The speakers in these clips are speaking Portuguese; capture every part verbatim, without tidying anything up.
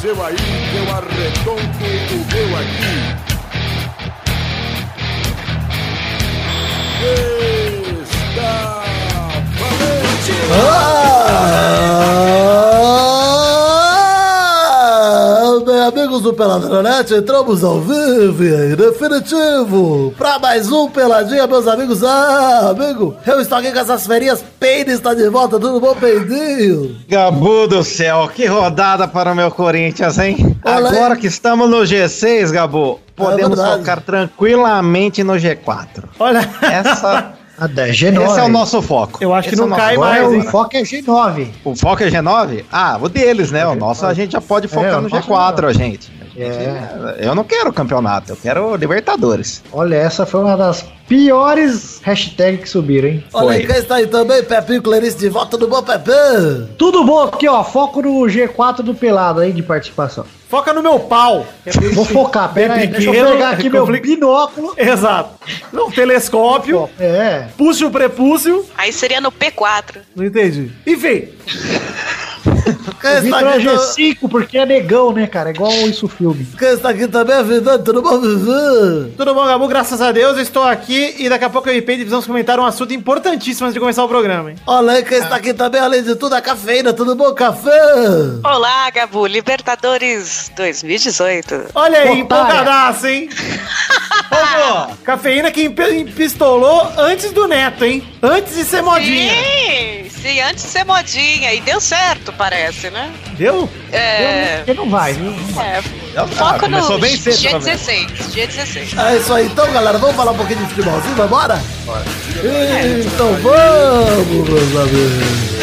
seu aí, que eu arredondo o meu aqui. Está valente! Ah, bem, amigos do Peladronete, entramos ao vivo e em definitivo pra mais um Peladinha, meus amigos. Ah, amigo, eu estou aqui com essas ferinhas. Peide está de volta, tudo bom, Peidinho? Gabu do céu, que rodada para o meu Corinthians, hein? Olha Agora aí. que estamos no G seis, Gabu, podemos verdade. focar tranquilamente no G quatro. Olha, Essa, Ah, da G nove. esse é o nosso foco. eu acho que Esse é não o nosso cai foco. mais, Agora hein? o foco é G nove. O foco é G nove? Ah, o deles, né? O nosso a gente já pode focar É, o no nosso G quatro, a gente. É. Eu não quero campeonato, eu quero Libertadores. Olha, essa foi uma das piores hashtags que subiram, hein? Olha Foi. aí, quem está aí também, Pepinho Clarice de volta, tudo bom, Pepe? Tudo bom aqui, ó. Foco no G quatro do Pelado aí de participação. Foca no meu pau. Vou focar, pera aí. Deixa eu pequeno, pegar aqui é meu compli- binóculo. Exato. Não, telescópio, É. púcio prepúcio. Aí seria no P quatro. Não entendi. Enfim, Quem O está Vitor é aqui, G tam- cinco porque é negão, né, cara? É igual isso o filme. quem está aqui também, Vidani, tudo bom, Vivi? tudo bom, Gabu? Graças a Deus, eu estou aqui e daqui a pouco eu e o Peide precisamos comentar um assunto importantíssimo antes de começar o programa, hein? Olha aí, quem está aqui também, além de tudo, a cafeína, tudo bom, café? Olá, Gabu, Libertadores dois mil e dezoito. Olha aí, Otária. empolgadaço, hein? Cafeína que emp- empistolou antes do Neto, hein? Antes de ser modinha. Sim, sim, antes de ser modinha. E deu certo, parece, né? Deu? É. Porque não vai, viu? é Ah, foco no começou bem cedo, dia pelo menos. dezesseis. Dia dezesseis. É isso aí, então, galera, vamos falar um pouquinho de futebolzinho, vambora? Bora. Então vamos, meus amigos.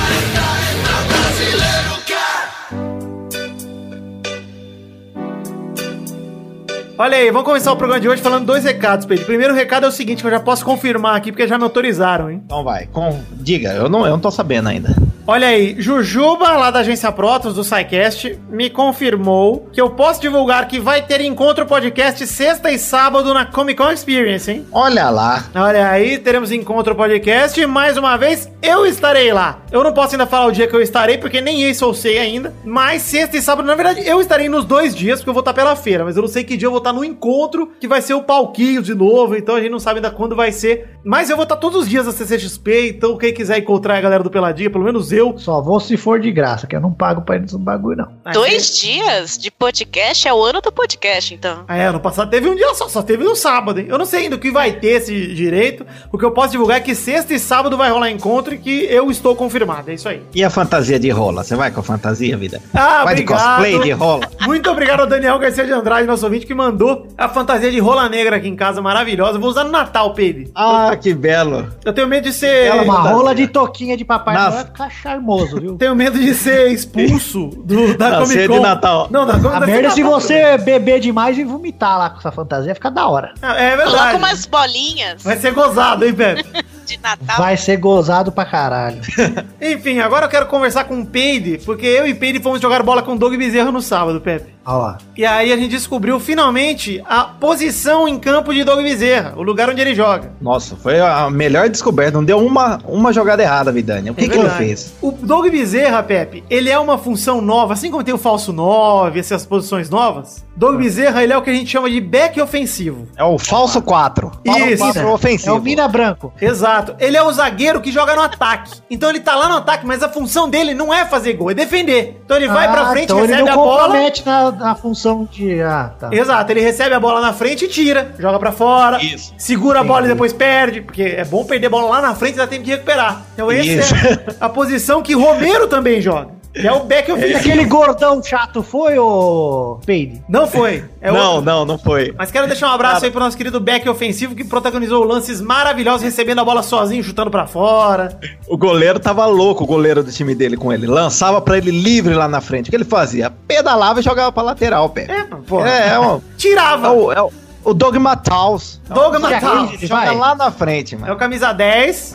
Olha aí, vamos começar o programa de hoje falando dois recados, Pedro. O primeiro recado é o seguinte, que eu já posso confirmar aqui, porque já me autorizaram, hein? Então vai, com... diga, eu não, eu não tô sabendo ainda. Olha aí, Jujuba, lá da agência Protos, do SciCast, me confirmou que eu posso divulgar que vai ter encontro podcast sexta e sábado na Comic Con Experience, hein? Olha lá. Olha aí, teremos encontro podcast e mais uma vez eu estarei lá. Eu não posso ainda falar o dia que eu estarei, porque nem isso eu sei ainda, mas sexta e sábado, na verdade, eu estarei nos dois dias, porque eu vou estar pela feira, mas eu não sei que dia eu vou estar no encontro, que vai ser o palquinho de novo, então a gente não sabe ainda quando vai ser, mas eu vou estar todos os dias na C C X P, então quem quiser encontrar a galera do Peladinha, pelo menos eu. Só vou se for de graça, que eu não pago pra ir nesse bagulho, não. Mas Dois dias de podcast é o ano do podcast, então. Ah, é, ano passado teve um dia só, só teve no sábado, hein? Eu não sei ainda o que vai ter esse direito. O que eu posso divulgar é que sexta e sábado vai rolar encontro e que eu estou confirmado, é isso aí. E a fantasia de rola? Você vai com a fantasia, vida? Ah, vai obrigado. de cosplay de rola? Muito obrigado ao Daniel Garcia de Andrade, nosso ouvinte, que mandou a fantasia de rola negra aqui em casa, maravilhosa. Eu vou usar no Natal, Pedro. Ah, que belo. Eu tenho medo de ser... Ela, uma fantasia. rola de toquinha de papai Nossa. Noel vai ficar charmoso, viu? Tenho medo de ser expulso do, da Não, Comic ser Con. de Natal. Não, da A merda é se você beber demais e vomitar lá com essa fantasia, fica da hora. É Coloca verdade. umas bolinhas Vai ser gozado, hein, Pedro? de Natal. Vai ser gozado pra caralho. Enfim, agora eu quero conversar com o Peide, porque eu e Peide fomos jogar bola com o Doug Bezerra no sábado, Pepe. Olha lá. E aí a gente descobriu finalmente a posição em campo de Doug Bezerra, o lugar onde ele joga. Nossa, foi a melhor descoberta. Não deu uma, uma jogada errada, Vidani. O que, É que ele verdade. fez? O Doug Bezerra, Pepe, ele é uma função nova, assim como tem o falso nove, essas posições novas. Doug Bezerra, ele é o que a gente chama de back ofensivo. É o falso quatro. Isso. quatro É ofensivo. o Mina Branco. Exato. Ele é o zagueiro que joga no ataque. Então ele tá lá no ataque, mas a função dele não é fazer gol, é defender. Então ele vai pra Ah, frente, então ele recebe não a bola. compromete na, na função de... Ah, tá. Exato, ele recebe a bola na frente e tira, joga pra fora, Isso. segura a Entendi. bola e depois perde, porque é bom perder a bola lá na frente e dá tempo de recuperar. Então Isso. essa é a posição que Romero também joga. Que é o back E ofensivo. aquele gordão chato foi, ô Peide? Não foi. É não, outro. não, não foi. Mas quero deixar um abraço aí pro nosso querido back ofensivo que protagonizou lances maravilhosos, recebendo a bola sozinho, chutando pra fora. O goleiro tava louco, o goleiro do time dele com ele. Lançava pra ele livre lá na frente. O que ele fazia? Pedalava e jogava pra lateral, pé. É, pô. É, é, o, Tirava. é, o, é o, o Doug Mataus. Doug Já Matal. que- Joga vai. lá na frente, É mano. o camisa dez.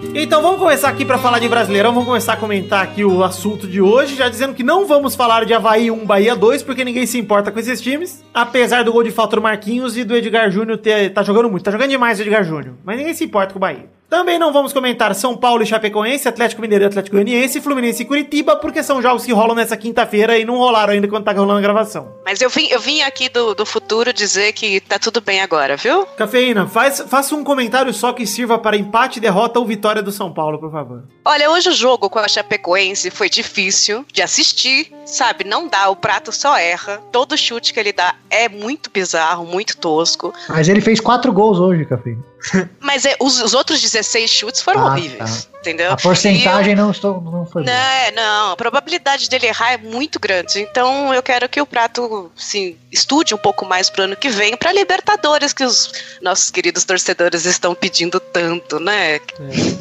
Então vamos começar aqui pra falar de Brasileirão, vamos começar a comentar aqui o assunto de hoje, já dizendo que não vamos falar de Avaí um, Bahia dois, porque ninguém se importa com esses times, apesar do gol de falta do Marquinhos e do Edgar Júnior ter, tá jogando muito, tá jogando demais o Edgar Júnior, mas ninguém se importa com o Bahia. Também não vamos comentar São Paulo e Chapecoense, Atlético Mineiro e Atlético Goianiense, Fluminense e Curitiba, porque são jogos que rolam nessa quinta-feira e não rolaram ainda quando tá rolando a gravação. Mas eu vim, eu vim aqui do, do futuro dizer que tá tudo bem agora, viu? Cafeína, faz, faça um comentário só que sirva para empate, derrota ou vitória do São Paulo, por favor. Olha, hoje o jogo com a Chapecoense foi difícil de assistir, sabe? Não dá, o Prato só erra. Todo chute que ele dá é muito bizarro, muito tosco. Mas ele fez quatro gols hoje, Cafeína. Mas é, os, os outros dezesseis chutes foram Ah, horríveis, tá. entendeu? A porcentagem eu, não, estou, não foi boa. Não, não, a probabilidade dele errar é muito grande. Então eu quero que o Prato, assim, estude um pouco mais pro ano que vem pra Libertadores, que os nossos queridos torcedores estão pedindo tanto, né? É.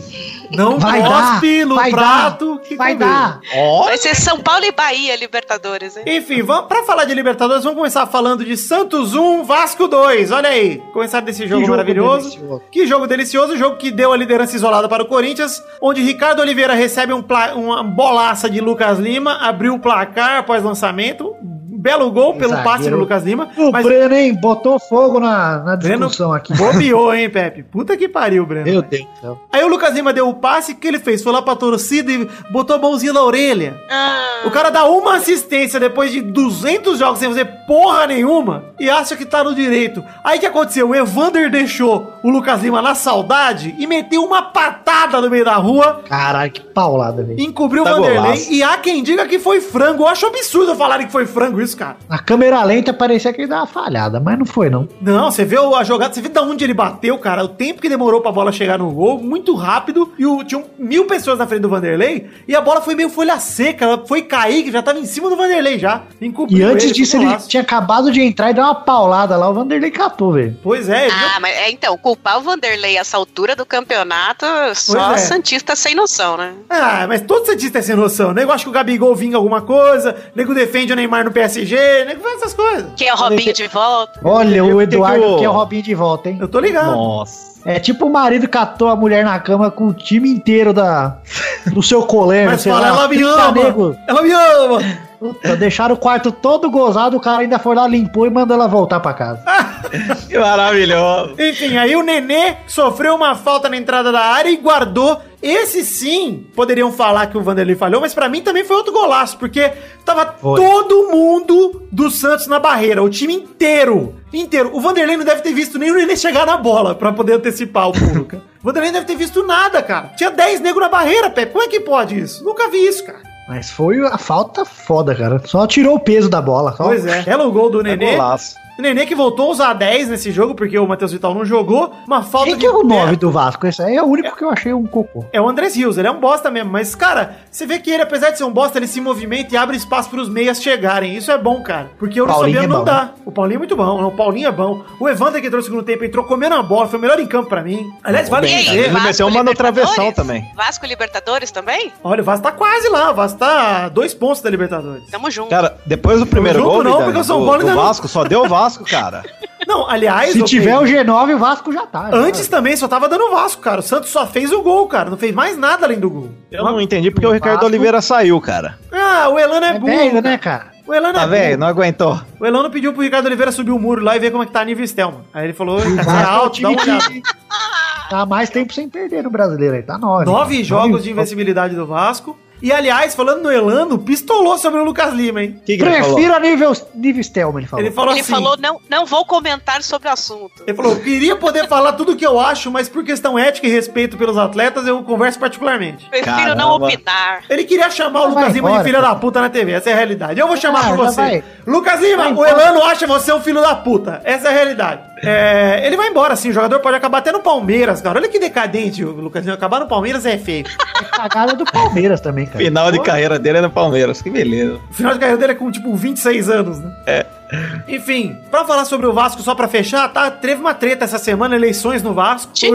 Não Vai cospe dar, no vai prato dar, que vai comeu. dar. Vai ser São Paulo e Bahia Libertadores, hein? Enfim, vamos, pra falar de Libertadores, vamos começar falando de Santos um, Vasco dois. Olha aí, começar desse jogo, jogo maravilhoso. delicioso. Que jogo delicioso, jogo que deu a liderança isolada para o Corinthians, onde Ricardo Oliveira recebe um pla- uma bolaça de Lucas Lima, abriu o placar após lançamento. Belo gol pelo Zagueiro. passe do Lucas Lima. O mas Breno, hein? Botou fogo na, na Breno discussão aqui. bobeou, hein, Pepe? Puta que pariu, Breno. Meu Deus do céu. Aí o Lucas Lima deu o passe, o que ele fez? Foi lá pra torcida e botou a mãozinha na orelha. Ah, O cara dá uma assistência depois de duzentos jogos sem fazer porra nenhuma e acha que tá no direito. Aí o que aconteceu? O Evander deixou o Lucas Lima na saudade e meteu uma patada no meio da rua, Caralho, que paulada, velho. encobriu Tá o Vanderlei. golaço. E há quem diga que foi frango. Eu acho absurdo falarem que foi frango isso, cara. Na câmera lenta parecia que ele dava uma falhada, mas não foi, não. Não, você vê a jogada, você vê de onde ele bateu, cara, o tempo que demorou pra bola chegar no gol, muito rápido, e o, tinha mil pessoas na frente do Vanderlei, e a bola foi meio folha seca, ela foi cair, que já tava em cima do Vanderlei já, encobriu E antes ele, disso, foi um ele golaço. tinha acabado de entrar e dar uma paulada lá. O Vanderlei catou, velho. Pois é, ele ah, mas é, então, culpar o Vanderlei a essa altura do campeonato, só é. Santista sem noção, né? Ah, mas todo Santista é sem noção. O nego acha que o Gabigol vinga alguma coisa, o nego defende o Neymar no P S G, o nego faz essas coisas. Que é o Robinho de volta. Olha, o que Eduardo que o- que é o Robinho de volta, hein? Eu tô ligado. Nossa. É tipo o marido catou a mulher na cama com o time inteiro da, do seu colégio, Mas sei fala, lá, ela me trinta ama, nego. ela me ama. Puta, deixaram o quarto todo gozado, o cara ainda foi lá, limpou e mandou ela voltar pra casa. Que maravilhoso. Enfim, aí o Nenê sofreu uma falta na entrada da área e guardou. Esse sim, poderiam falar que o Vanderlei falhou, mas pra mim também foi outro golaço, porque tava Foi. todo mundo do Santos na barreira, o time inteiro, inteiro. O Vanderlei não deve ter visto nem o Nenê chegar na bola pra poder antecipar o pulo, cara. O Vanderlei não deve ter visto nada, cara. Tinha dez negros na barreira, Pepe. Como é que pode isso? Nunca vi isso, cara. Mas foi a falta foda, cara. Só tirou o peso da bola. Só... Pois é. Belo gol do É Nenê. golaço. O Nenê que voltou a usar dez nesse jogo, porque o Matheus Vital não jogou. Uma falta Quem que é o pé. nove do Vasco? Esse aí é o único que eu achei um cocô. É o Andrés Rios, ele é um bosta mesmo. Mas, cara, você vê que ele, apesar de ser um bosta, ele se movimenta e abre espaço pros meias chegarem. Isso é bom, cara. Porque o Paulinho Fabiano é não bom, dá. O Paulinho é muito bom. O Paulinho é bom. O Evander que entrou no segundo tempo entrou comendo a bola. Foi o melhor em campo pra mim. Aliás, vale E aí, dizer. Ele meteu uma no Libertadores? travessão também. Vasco e Libertadores também? Olha, o Vasco tá quase lá. O Vasco tá a dois pontos da Libertadores. Tamo junto. Cara, depois do primeiro junto gol, não, Vidani, porque o São do, Paulo do ainda não- Vasco, só deu o Vasco, cara. Não, aliás... Se ô, tiver Pedro, o G nove, o Vasco já tá. Antes já. também só tava dando o Vasco, cara. O Santos só fez o gol, cara. Não fez mais nada além do gol. Eu não entendi porque o Ricardo Vasco- Oliveira saiu, cara. Ah, o Elano é, É burro. velho, cara. né, cara? O Elano Tá é velho, burro. não aguentou. O Elano pediu pro Ricardo Oliveira subir o muro lá e ver como é que tá a nível Stelman. Aí ele falou, O tá Vasco é o alto, dá time uma olhada. que tá há mais tempo sem perder no brasileiro aí. Tá nove. Nove jogos Nove- de invencibilidade do Vasco. E, aliás, falando no Elano, pistolou sobre o Lucas Lima, hein? O que, que ele falou? Prefiro a nível, nível Stelman, ele falou. Ele falou Ele assim... falou, não, não vou comentar sobre o assunto. Ele falou, eu queria poder falar tudo o que eu acho, mas por questão ética e respeito pelos atletas, eu converso particularmente. Prefiro Caramba. não opinar. Ele queria chamar o Vai Lucas Lima de embora, filho cara. da puta na T V, essa é a realidade. Eu vou chamar Ah, pra já você. vai. Lucas Lima, Vai o embora. Elano acha você um filho da puta. Essa é a realidade. É, ele vai embora, assim, o jogador pode acabar até no Palmeiras, cara. Olha que decadente o Lucas Lima. Acabar no Palmeiras é feio. É cagada do Palmeiras também, cara. Final de carreira dele é no Palmeiras. Que beleza. O final de carreira dele é com, tipo, vinte e seis anos, né? É. Enfim, pra falar sobre o Vasco, só pra fechar, tá? Teve uma treta essa semana, eleições no Vasco. O, Uri-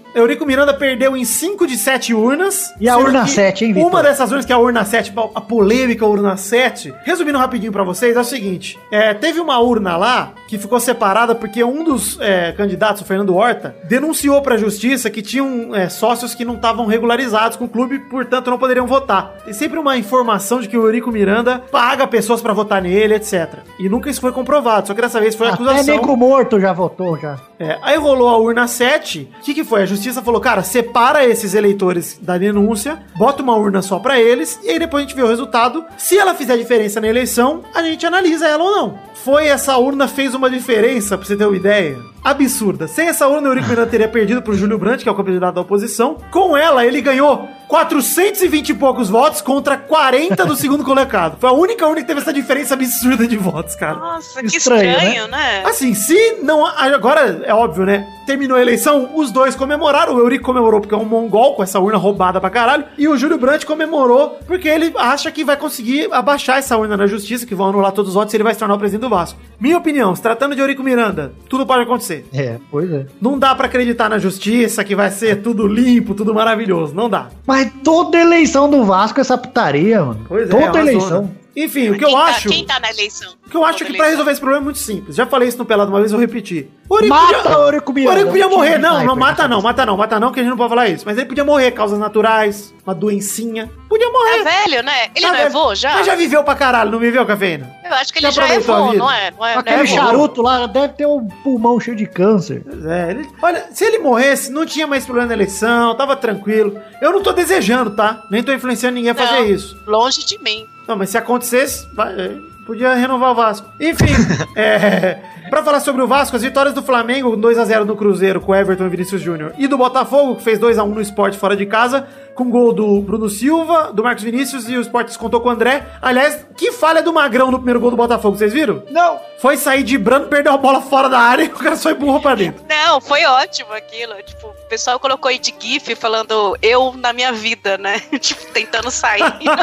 Eurico Miranda perdeu em cinco de sete urnas. E a sendo urna que sete, hein, Vitor? Uma dessas urnas, que é a urna sete, a polêmica urna sete. Resumindo rapidinho pra vocês, é o seguinte. É, teve uma urna lá que ficou separada porque um dos é, candidatos, o Fernando Horta, denunciou pra justiça que tinham é, sócios que não estavam regularizados com o clube, portanto não poderiam votar. Tem sempre uma informação de que o Eurico Miranda paga pessoas pra votar nele, etcétera. E nunca isso foi comprovado, só que dessa vez foi Até acusação. nego morto já votou, já. É, aí rolou a urna sete. O que que foi? A justiça falou, cara, separa esses eleitores da denúncia, bota uma urna só pra eles, e aí depois a gente vê o resultado. Se ela fizer diferença na eleição, a gente analisa ela ou não. Foi essa urna, fez uma diferença, pra você ter uma ideia. Absurda. Sem essa urna, o Eurico Miranda teria perdido pro Júlio Brandt, que é o candidato da oposição. Com ela, ele ganhou quatrocentos e vinte e poucos votos contra quarenta do segundo colocado. Foi a única urna que teve essa diferença absurda de votos, cara. Nossa, que Estranho, estranho, né? Assim, se não... Agora, é óbvio, né? Terminou a eleição, os dois comemoraram. O Eurico comemorou porque é um mongol, com essa urna roubada pra caralho. E o Júlio Brandt comemorou porque ele acha que vai conseguir abaixar essa urna na justiça, que vão anular todos os votos e ele vai se tornar o presidente do Vasco. Minha opinião, se tratando de Eurico Miranda, tudo pode acontecer. É, pois é. Não dá pra acreditar na justiça que vai ser tudo limpo, tudo maravilhoso. Não dá. Mas toda eleição do Vasco é essa putaria, mano. Pois é, toda é uma eleição. zona. Enfim, o que Quem eu tá- acho... Quem tá na eleição? O que eu acho é que pra resolver esse problema é muito simples. Já falei isso no Pelado uma vez, vou repetir. O Eurico Mata podia- o Eurico Miranda. O Eurico podia morrer. Tira o Não, não, sniper mata na não, cabeça. mata não, mata não, que a gente não pode falar isso. Mas ele podia morrer, causas naturais, uma doencinha. Podia morrer. É velho, né? Ele Tá não é velho. vô já? Mas já viveu pra caralho, não viveu, Cafeína? Eu acho que ele Já já é aproveitou a vô, vida? não é? Não é, não Aquele é vô. charuto lá deve ter um pulmão cheio de câncer. Pois é, ele... Olha, se ele morresse, não tinha mais problema na eleição, tava tranquilo. Eu não tô desejando, tá? Nem tô influenciando ninguém a fazer Não, isso. Longe de mim. Não, mas se acontecesse, vai- é, podia renovar o Vasco. Enfim, é, pra falar sobre o Vasco, as vitórias do Flamengo, dois a zero no Cruzeiro com Everton e Vinícius Júnior, e do Botafogo, que fez dois a um no Sport fora de casa, com gol do Bruno Silva, do Marcos Vinícius, e o Sport descontou com o André. Aliás, que falha do Magrão no primeiro gol do Botafogo, vocês viram? Não. Foi sair de brando, perdeu a bola fora da área e o cara só empurrou pra dentro. Não, foi ótimo aquilo. Tipo, o pessoal colocou aí de gif falando eu na minha vida, né? Tipo, tentando sair.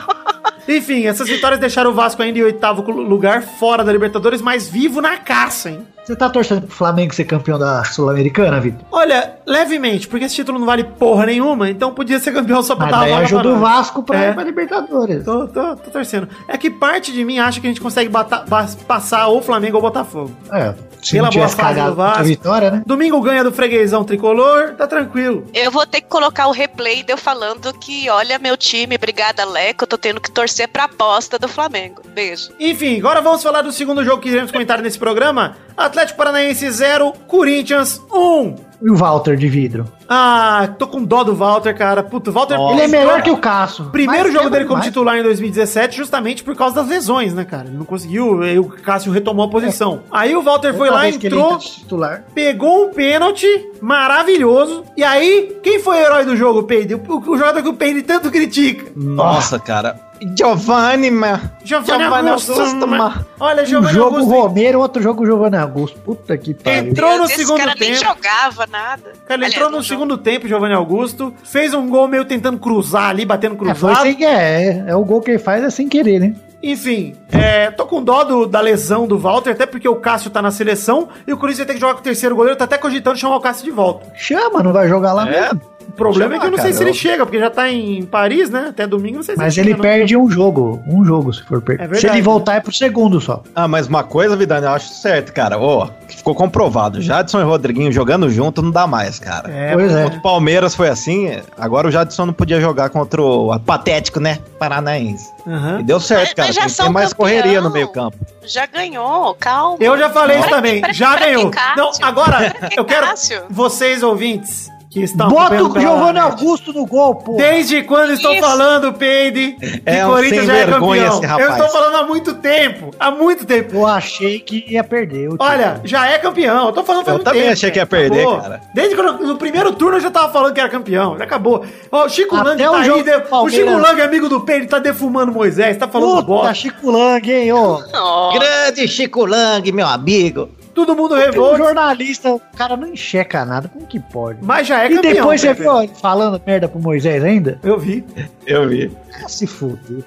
Enfim, essas vitórias deixaram o Vasco ainda em oitavo lugar, fora da Libertadores, mas vivo na caça, hein? Você tá torcendo pro Flamengo ser campeão da Sul-Americana, Vitor? Olha, levemente, porque esse título não vale porra nenhuma, então podia ser campeão só pra Mas dar daí a vaga ajuda pra o nós. Vasco pra, É. pra Libertadores. Tô, tô, tô torcendo. É que parte de mim acha que a gente consegue bata- ba- passar ou Flamengo ou Botafogo. É, se Pela não tivesse boa fase cagado do Vasco. a vitória, né? Domingo ganha do freguesão tricolor, tá tranquilo. Eu vou ter que colocar o replay de eu falando que, olha, meu time, obrigada, Leco, eu tô tendo que torcer pra aposta do Flamengo. Beijo. Enfim, agora vamos falar do segundo jogo que iremos comentar nesse programa. Atlético Paranaense zero, Corinthians um. E o Walter de vidro? Ah, tô com dó do Walter, cara. Puto, o Walter... Ele é melhor que o Cássio. Primeiro Mas jogo é dele como demais. titular em dois mil e dezessete, justamente por causa das lesões, né, cara? Ele não conseguiu, aí o Cássio retomou a posição. Aí o Walter foi Outra lá, vez que ele entrou, entra de titular. pegou um pênalti maravilhoso. E aí, quem foi o herói do jogo, Peide? O, o, o jogador que o Peide tanto critica. Nossa, cara. Giovanni, ma. Giovanni Augusto, Augusto, ma. ma. Olha, Um Giovanni jogo Augusto. Romero, outro jogo Giovanni Augusto. Puta que pariu. Entrou no Esse segundo cara nem tempo. jogava nada. Cara, ele Aliás, entrou no não segundo tempo, Giovanni Augusto. Fez um gol meio tentando cruzar ali, batendo É, foi cruzado. sem querer. É, é o gol que ele faz é sem querer, né? Enfim, é, tô com dó do- da lesão do Walter, até porque o Cássio tá na seleção e o Corinthians vai ter que jogar com o terceiro goleiro, tá até cogitando chamar o Cássio de volta. Chama, não vai jogar lá É? mesmo. O problema Chama, é que eu não sei cara, se ele eu- chega, porque já tá em Paris, né? Até domingo, não sei se Mas chega, ele não. perde um jogo. Um jogo, se for perder. É verdade, se ele né? voltar, é pro segundo só. Ah, mas uma coisa, Vidani, eu acho certo, cara. Ó, ficou comprovado. Jadson e Rodriguinho jogando junto não dá mais, cara. É, Pois é. Contra o Palmeiras foi assim, agora o Jadson não podia jogar contra o patético, né? Paranaense. aham. E deu certo, Mas- cara. mas já Tem que ter são mais campeão. correria no meio campo. Já ganhou, calma. Eu já falei isso Pra- também, pra- já pra ganhou. que Cássio? Não, agora, Pra que eu quero Cássio? vocês ouvintes que estão Bota acompanhando o pela Giovanni net. Augusto no gol, pô. Desde quando estou Isso. falando, Peide, que É um Corinthians sem já é vergonha campeão? esse rapaz. Eu estou falando há muito tempo, há muito tempo. Eu achei que ia perder. o time. Olha, já é campeão. Eu tô falando faz Eu muito também tempo, achei que ia cara. perder, Acabou. cara. Desde quando, no primeiro turno eu já tava falando que era campeão. Já acabou. Ó, o Chico Até Lang o tá jogo aí. do de- O Palmeiras. Chico Lang, amigo do Pedro, tá defumando Moisés, tá falando Puta, bosta. Chico Lang, hein, ô. Ó, Grande Chico Lang, meu amigo. Todo mundo Um revolta. jornalista, o cara não enxerga nada. Como que pode? Mas já é E campeão. depois você Pepe. viu ele falando merda pro Moisés ainda? Eu vi. Eu vi. Ah, se fuder.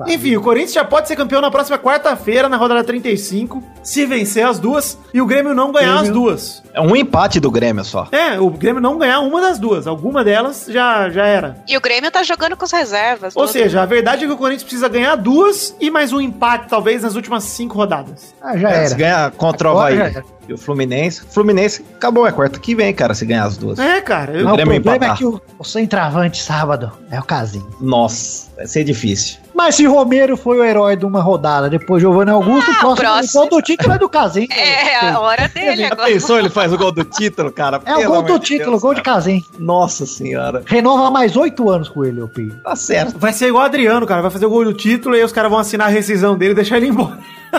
Enfim, o Corinthians já pode ser campeão na próxima quarta-feira, na rodada trinta e cinco, se vencer as duas e o Grêmio não ganhar Grêmio. as duas. É um empate do Grêmio só. É, o Grêmio não ganhar uma das duas. Alguma delas já, já era. E o Grêmio tá jogando com as reservas. Ou seja, a verdade é que o Corinthians precisa ganhar duas e mais um empate, talvez, nas últimas cinco rodadas. Ah, já é, era. Se ganhar contra o Havaí e o Fluminense. Fluminense acabou, é quarta que vem, cara, se ganhar as duas. É, cara. Eu... Não, o problema empatar. é que o, o centroavante sábado é o Casinho. Nossa, vai ser difícil. Mas se Romero foi o herói de uma rodada, depois Giovanni Augusto, Ah, o o próximo, próximo. o gol do título é do Casinho. É, a hora dele Já agora. pensou, ele faz o gol do título, cara? É o Pelo gol do amor de título, Deus, gol de cara. Casinho. Nossa senhora. Renova mais oito anos com ele, ô Pio. Tá certo. Vai ser igual o Adriano, cara. Vai fazer o gol do título e aí os caras vão assinar a rescisão dele e deixar ele embora.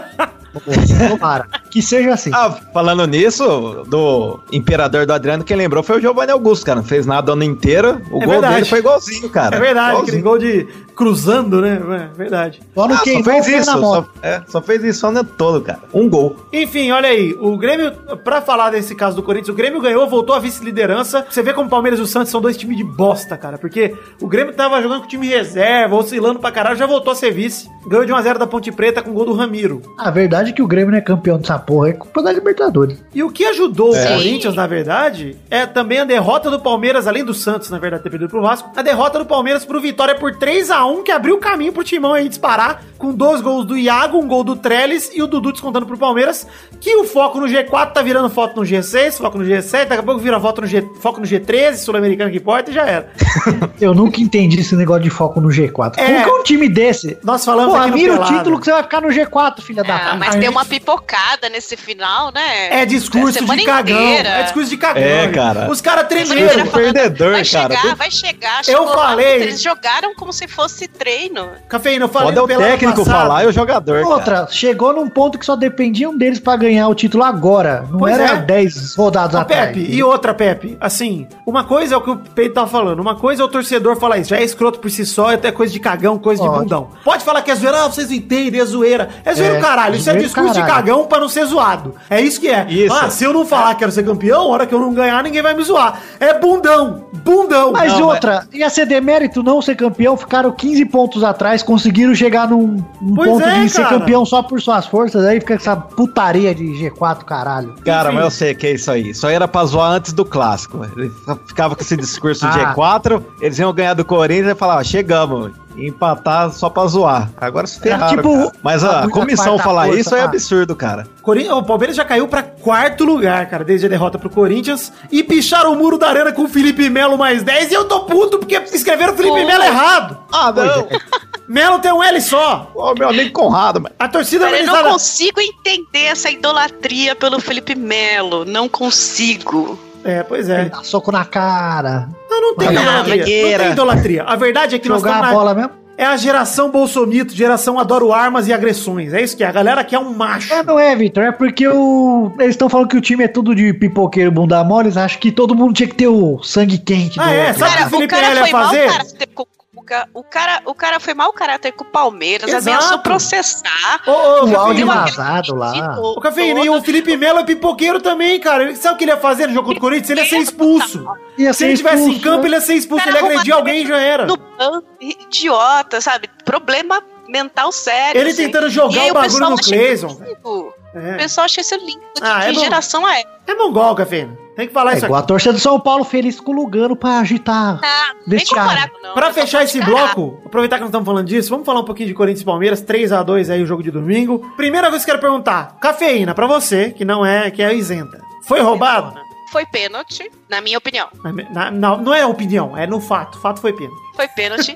Tomara. Que seja assim. Ah, falando nisso, do imperador do Adriano, quem lembrou foi o Giovanni Augusto, cara. Não fez nada o ano inteiro. O É gol verdade. dele foi igualzinho, cara. É verdade, Igualzinho. aquele gol de cruzando, né? É verdade. Só no Ah, que só envolve fez isso, na moto. só, é, só fez isso o ano todo, cara. Um gol. Enfim, olha aí, o Grêmio, pra falar desse caso do Corinthians, o Grêmio ganhou, voltou à vice-liderança. Você vê como o Palmeiras e o Santos são dois times de bosta, cara, porque o Grêmio tava jogando com o time reserva, oscilando pra caralho, já voltou a ser vice. Ganhou de um a zero da Ponte Preta com o gol do Ramiro. A verdade é que o Grêmio não é campeão dessa porra, é culpa da Libertadores. E o que ajudou É. o Corinthians, na verdade, é também a derrota do Palmeiras, além do Santos, na verdade, ter perdido pro Vasco, a derrota do Palmeiras pro Vitória por três a um, que abriu o caminho pro Timão aí disparar, com dois gols do Iago, um gol do Trellis e o Dudu descontando pro Palmeiras, que o foco no G quatro tá virando foto no G seis, foco no G sete, daqui a pouco vira foto no G, foco no G treze, Sul-Americano que importa e já era. Eu nunca entendi esse negócio de foco no G quatro. É. Como que é um time desse? Nós falamos Porra, aqui no mira o Pelada. título que você vai ficar no G quatro, filha da Ah, puta. mas tem uma pipocada nesse final, né? É discurso Semana de cagão. inteira. É discurso de cagão. É, gente. cara. Os caras Semana tremeram. inteira falando, perdedor, vai cara. chegar, Do- vai chegar. Eu chegou lá, falei. Eles jogaram como se fosse treino. Cafeína, eu falei Pode é o Pelada técnico passado. falar e o jogador, cara. Outra, chegou num ponto que só dependiam deles pra ganhar o título agora. Não Pois era é. dez rodadas Ô, atrás. Pepe, e outra, Pepe, assim, uma coisa é o que o Peito tava falando, uma coisa é o torcedor falar isso, já é escroto por si só, é até coisa de cagão, coisa de Pode. bundão. Pode falar que é zoeira, ah, vocês não entendem, é zoeira. É zoeira É, caralho, isso é zoeira discurso de caralho. cagão pra não ser zoado. É isso que é. Isso. Ah, se eu não falar que quero ser campeão, a hora que eu não ganhar, ninguém vai me zoar. É bundão, bundão. Mas Não, outra, ia ser demérito não ser campeão, ficaram quinze pontos atrás, conseguiram chegar num, num Pois ponto é, de ser cara. campeão só por suas forças, aí fica essa putaria de G quatro, caralho. Cara, Enfim. mas eu sei que é isso aí. Isso aí era pra zoar antes do clássico. Ele ficava com esse discurso de Ah. G quatro, eles iam ganhar do Corinthians e falavam, chegamos. E empatar só pra zoar. Agora se ferraram, tipo, cara. Mas a a comissão quarta falar força isso é lá. absurdo, cara. Corin- O Palmeiras já caiu pra quarto lugar, cara, desde a derrota pro Corinthians. E picharam o muro da arena com o Felipe Melo mais dez. E eu tô puto porque escreveram o Felipe Pô. Melo errado. Ah, não. Melo tem um L só. Ô, meu amigo Conrado, mas... A torcida Cara, eu não organizada... consigo entender essa idolatria pelo Felipe Melo. Não consigo. É, pois é. Dá soco na cara, Não, não tem Ah, idolatria. Não mangueira. tem idolatria. A verdade é que nós jogar estamos a na... bola mesmo. É a geração bolsomito, geração adoro armas e agressões. É isso que é. A galera quer um macho. É, não é, Vitor, é porque o... eles estão falando que o time é tudo de pipoqueiro bunda mole, eles acham que todo mundo tinha que ter o sangue quente. Ah, do é? outro. Sabe o que Cara, o Felipe o cara Melo ia foi mau fazer? caráter com o ca- o cara, o cara foi mau caráter com o Palmeiras, Exato. ameaçou processar. Ô, ô, O áudio Cafeína. vazado lá. Ô, Cafeína, e o Felipe Melo é pipoqueiro também, cara. Ele- Sabe o que ele ia fazer no jogo contra o Corinthians? Ele ia ser expulso. Ia Se ser ele estivesse em expulso, campo, né? ele ia ser expulso. Ele ia Cara, agredir alguém e já era. No banco, idiota, sabe? Problema mental sério. Ele assim. tentando jogar E aí o bagulho pessoal no acha Cleison. isso lindo. É. O pessoal acha isso lindo. De Ah, é que bom. geração é? É mongol, Cafeína. Tem que falar É isso igual a aqui. torcida do São Paulo feliz com o Lugano pra agitar. Ah, nem Vestiário. comparar com não. Pra eu só fechar falo esse de caráter. bloco, aproveitar que nós estamos falando disso, vamos falar um pouquinho de Corinthians e Palmeiras, três a dois aí o jogo de domingo. Primeira coisa que eu quero perguntar, Cafeína, pra você, que não é, que é isenta, foi roubado? Foi pênalti, na minha opinião. Na- na- não, não é opinião, é no fato, fato foi pênalti. Foi pênalti.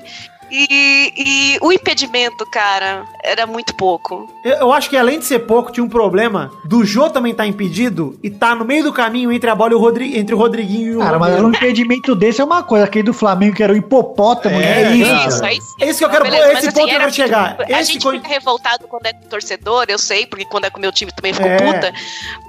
E, e o impedimento, cara, era muito pouco. Eu, eu acho que além de ser pouco, tinha um problema do Jô também tá impedido e tá no meio do caminho entre a bola e o Rodri, entre o Rodriguinho e o Cara, mas Romero. um impedimento desse é uma coisa. Aquele do Flamengo que era o hipopótamo. É, né? isso, Isso, cara. aí É isso que eu quero- Beleza, esse mas, ponto que eu era quero chegar. muito- A Esse gente co- fica revoltado quando é torcedor, eu sei, porque quando é com o meu time também ficou É. puta.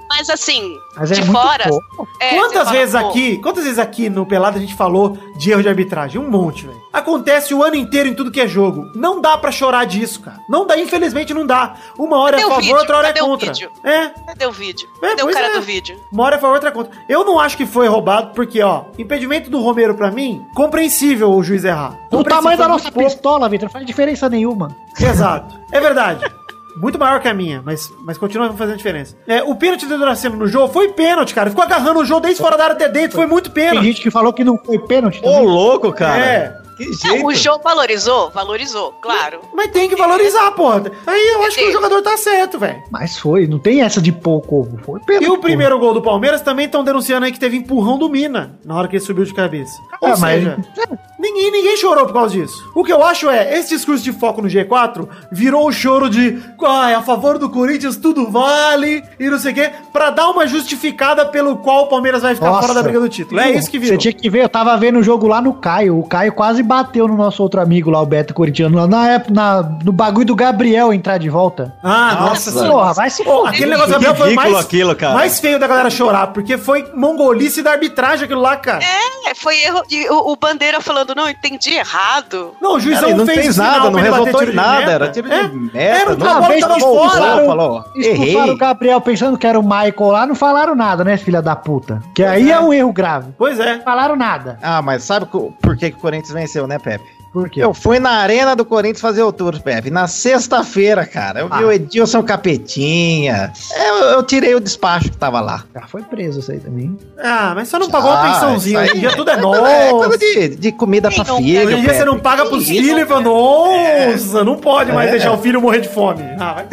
Mas assim, Mas é de muito fora. pouco. é, Quantas você fala, vezes pô, aqui, quantas vezes aqui no Pelado a gente falou de erro de arbitragem? Um monte, velho. Acontece o ano inteiro em tudo que é jogo. Não dá pra chorar disso, cara. Não dá, infelizmente não dá. Uma hora é a Cadê o favor, vídeo? outra hora Cadê é o contra. vídeo? É. Cadê o vídeo? É, Cadê o pois cara é. do vídeo? Uma hora é a favor, outra é contra. Eu não acho que foi roubado, porque, ó, impedimento do Romero pra mim, compreensível o juiz errar. O Compreensível, tamanho da foi nossa muito pouco. pistola, Vitor, não faz diferença nenhuma. Exato. É verdade. Muito maior que a minha, mas, mas continua fazendo diferença. É, o pênalti do Draceno no jogo foi pênalti, cara. Ficou agarrando o jogo desde fora da área até dentro. Foi muito Tem pênalti. gente que falou que não foi pênalti Ô, também. louco, cara. É. Que Não, jeito. o jogo valorizou? Valorizou, claro. Mas tem que valorizar, porra. Aí eu acho que o Entendi. jogador tá certo, velho. Mas foi, não tem essa de pouco ovo. Foi pênalti. E o primeiro gol do Palmeiras também estão denunciando aí que teve empurrão do Mina na hora que ele subiu de cabeça. Ou Ah, mas- seja, ninguém, ninguém chorou por causa disso. O que eu acho é, esse discurso de foco no G quatro virou o choro de ai, a favor do Corinthians tudo vale e não sei o quê, pra dar uma justificada pelo qual o Palmeiras vai ficar Nossa. fora da briga do título. É isso que virou. Você tinha que ver, eu tava vendo o jogo lá no Caio. O Caio quase bateu no nosso outro amigo lá, o Beto Corintiano, lá na época, na, no bagulho do Gabriel entrar de volta. Ah, nossa, senhora. Porra, vai se Pô, foder. aquele negócio do Gabriel foi ridículo mais, aquilo, cara. mais feio da galera chorar, porque foi mongolice da arbitragem aquilo lá, cara. É, foi erro. E o, o Bandeira falando, não, entendi errado. Não, o juizão Cara, ele não fez fez sinal nada, pra não ele bater resultou tiro em de nada, meta. era tiro de É. meta. Era, Não, a bola vez tava que expulsaram, fora. falou, Expulsaram errei. o Gabriel pensando que era o Michael lá, não falaram nada, né, filha da puta? Que aí é. é um erro grave. Pois é. Não falaram nada. Ah, mas sabe co- por que, que o Corinthians venceu, né, Pepe? Por quê? Eu fui na arena do Corinthians fazer o tour, Pepe, na sexta-feira, cara. Eu vi Ah. o Edilson Capetinha. Eu, eu tirei o despacho que tava lá. Já foi preso isso aí também. Ah, mas só não pagou uma Ah, pensãozinha. isso Hoje em dia aí tudo é É nosso. coisa de, de comida pra Quem não- filho, Hoje em dia você Pepe. não paga pros Isso. filhos e fala, nossa, não pode mais É. deixar o filho morrer de fome. Ah, vai.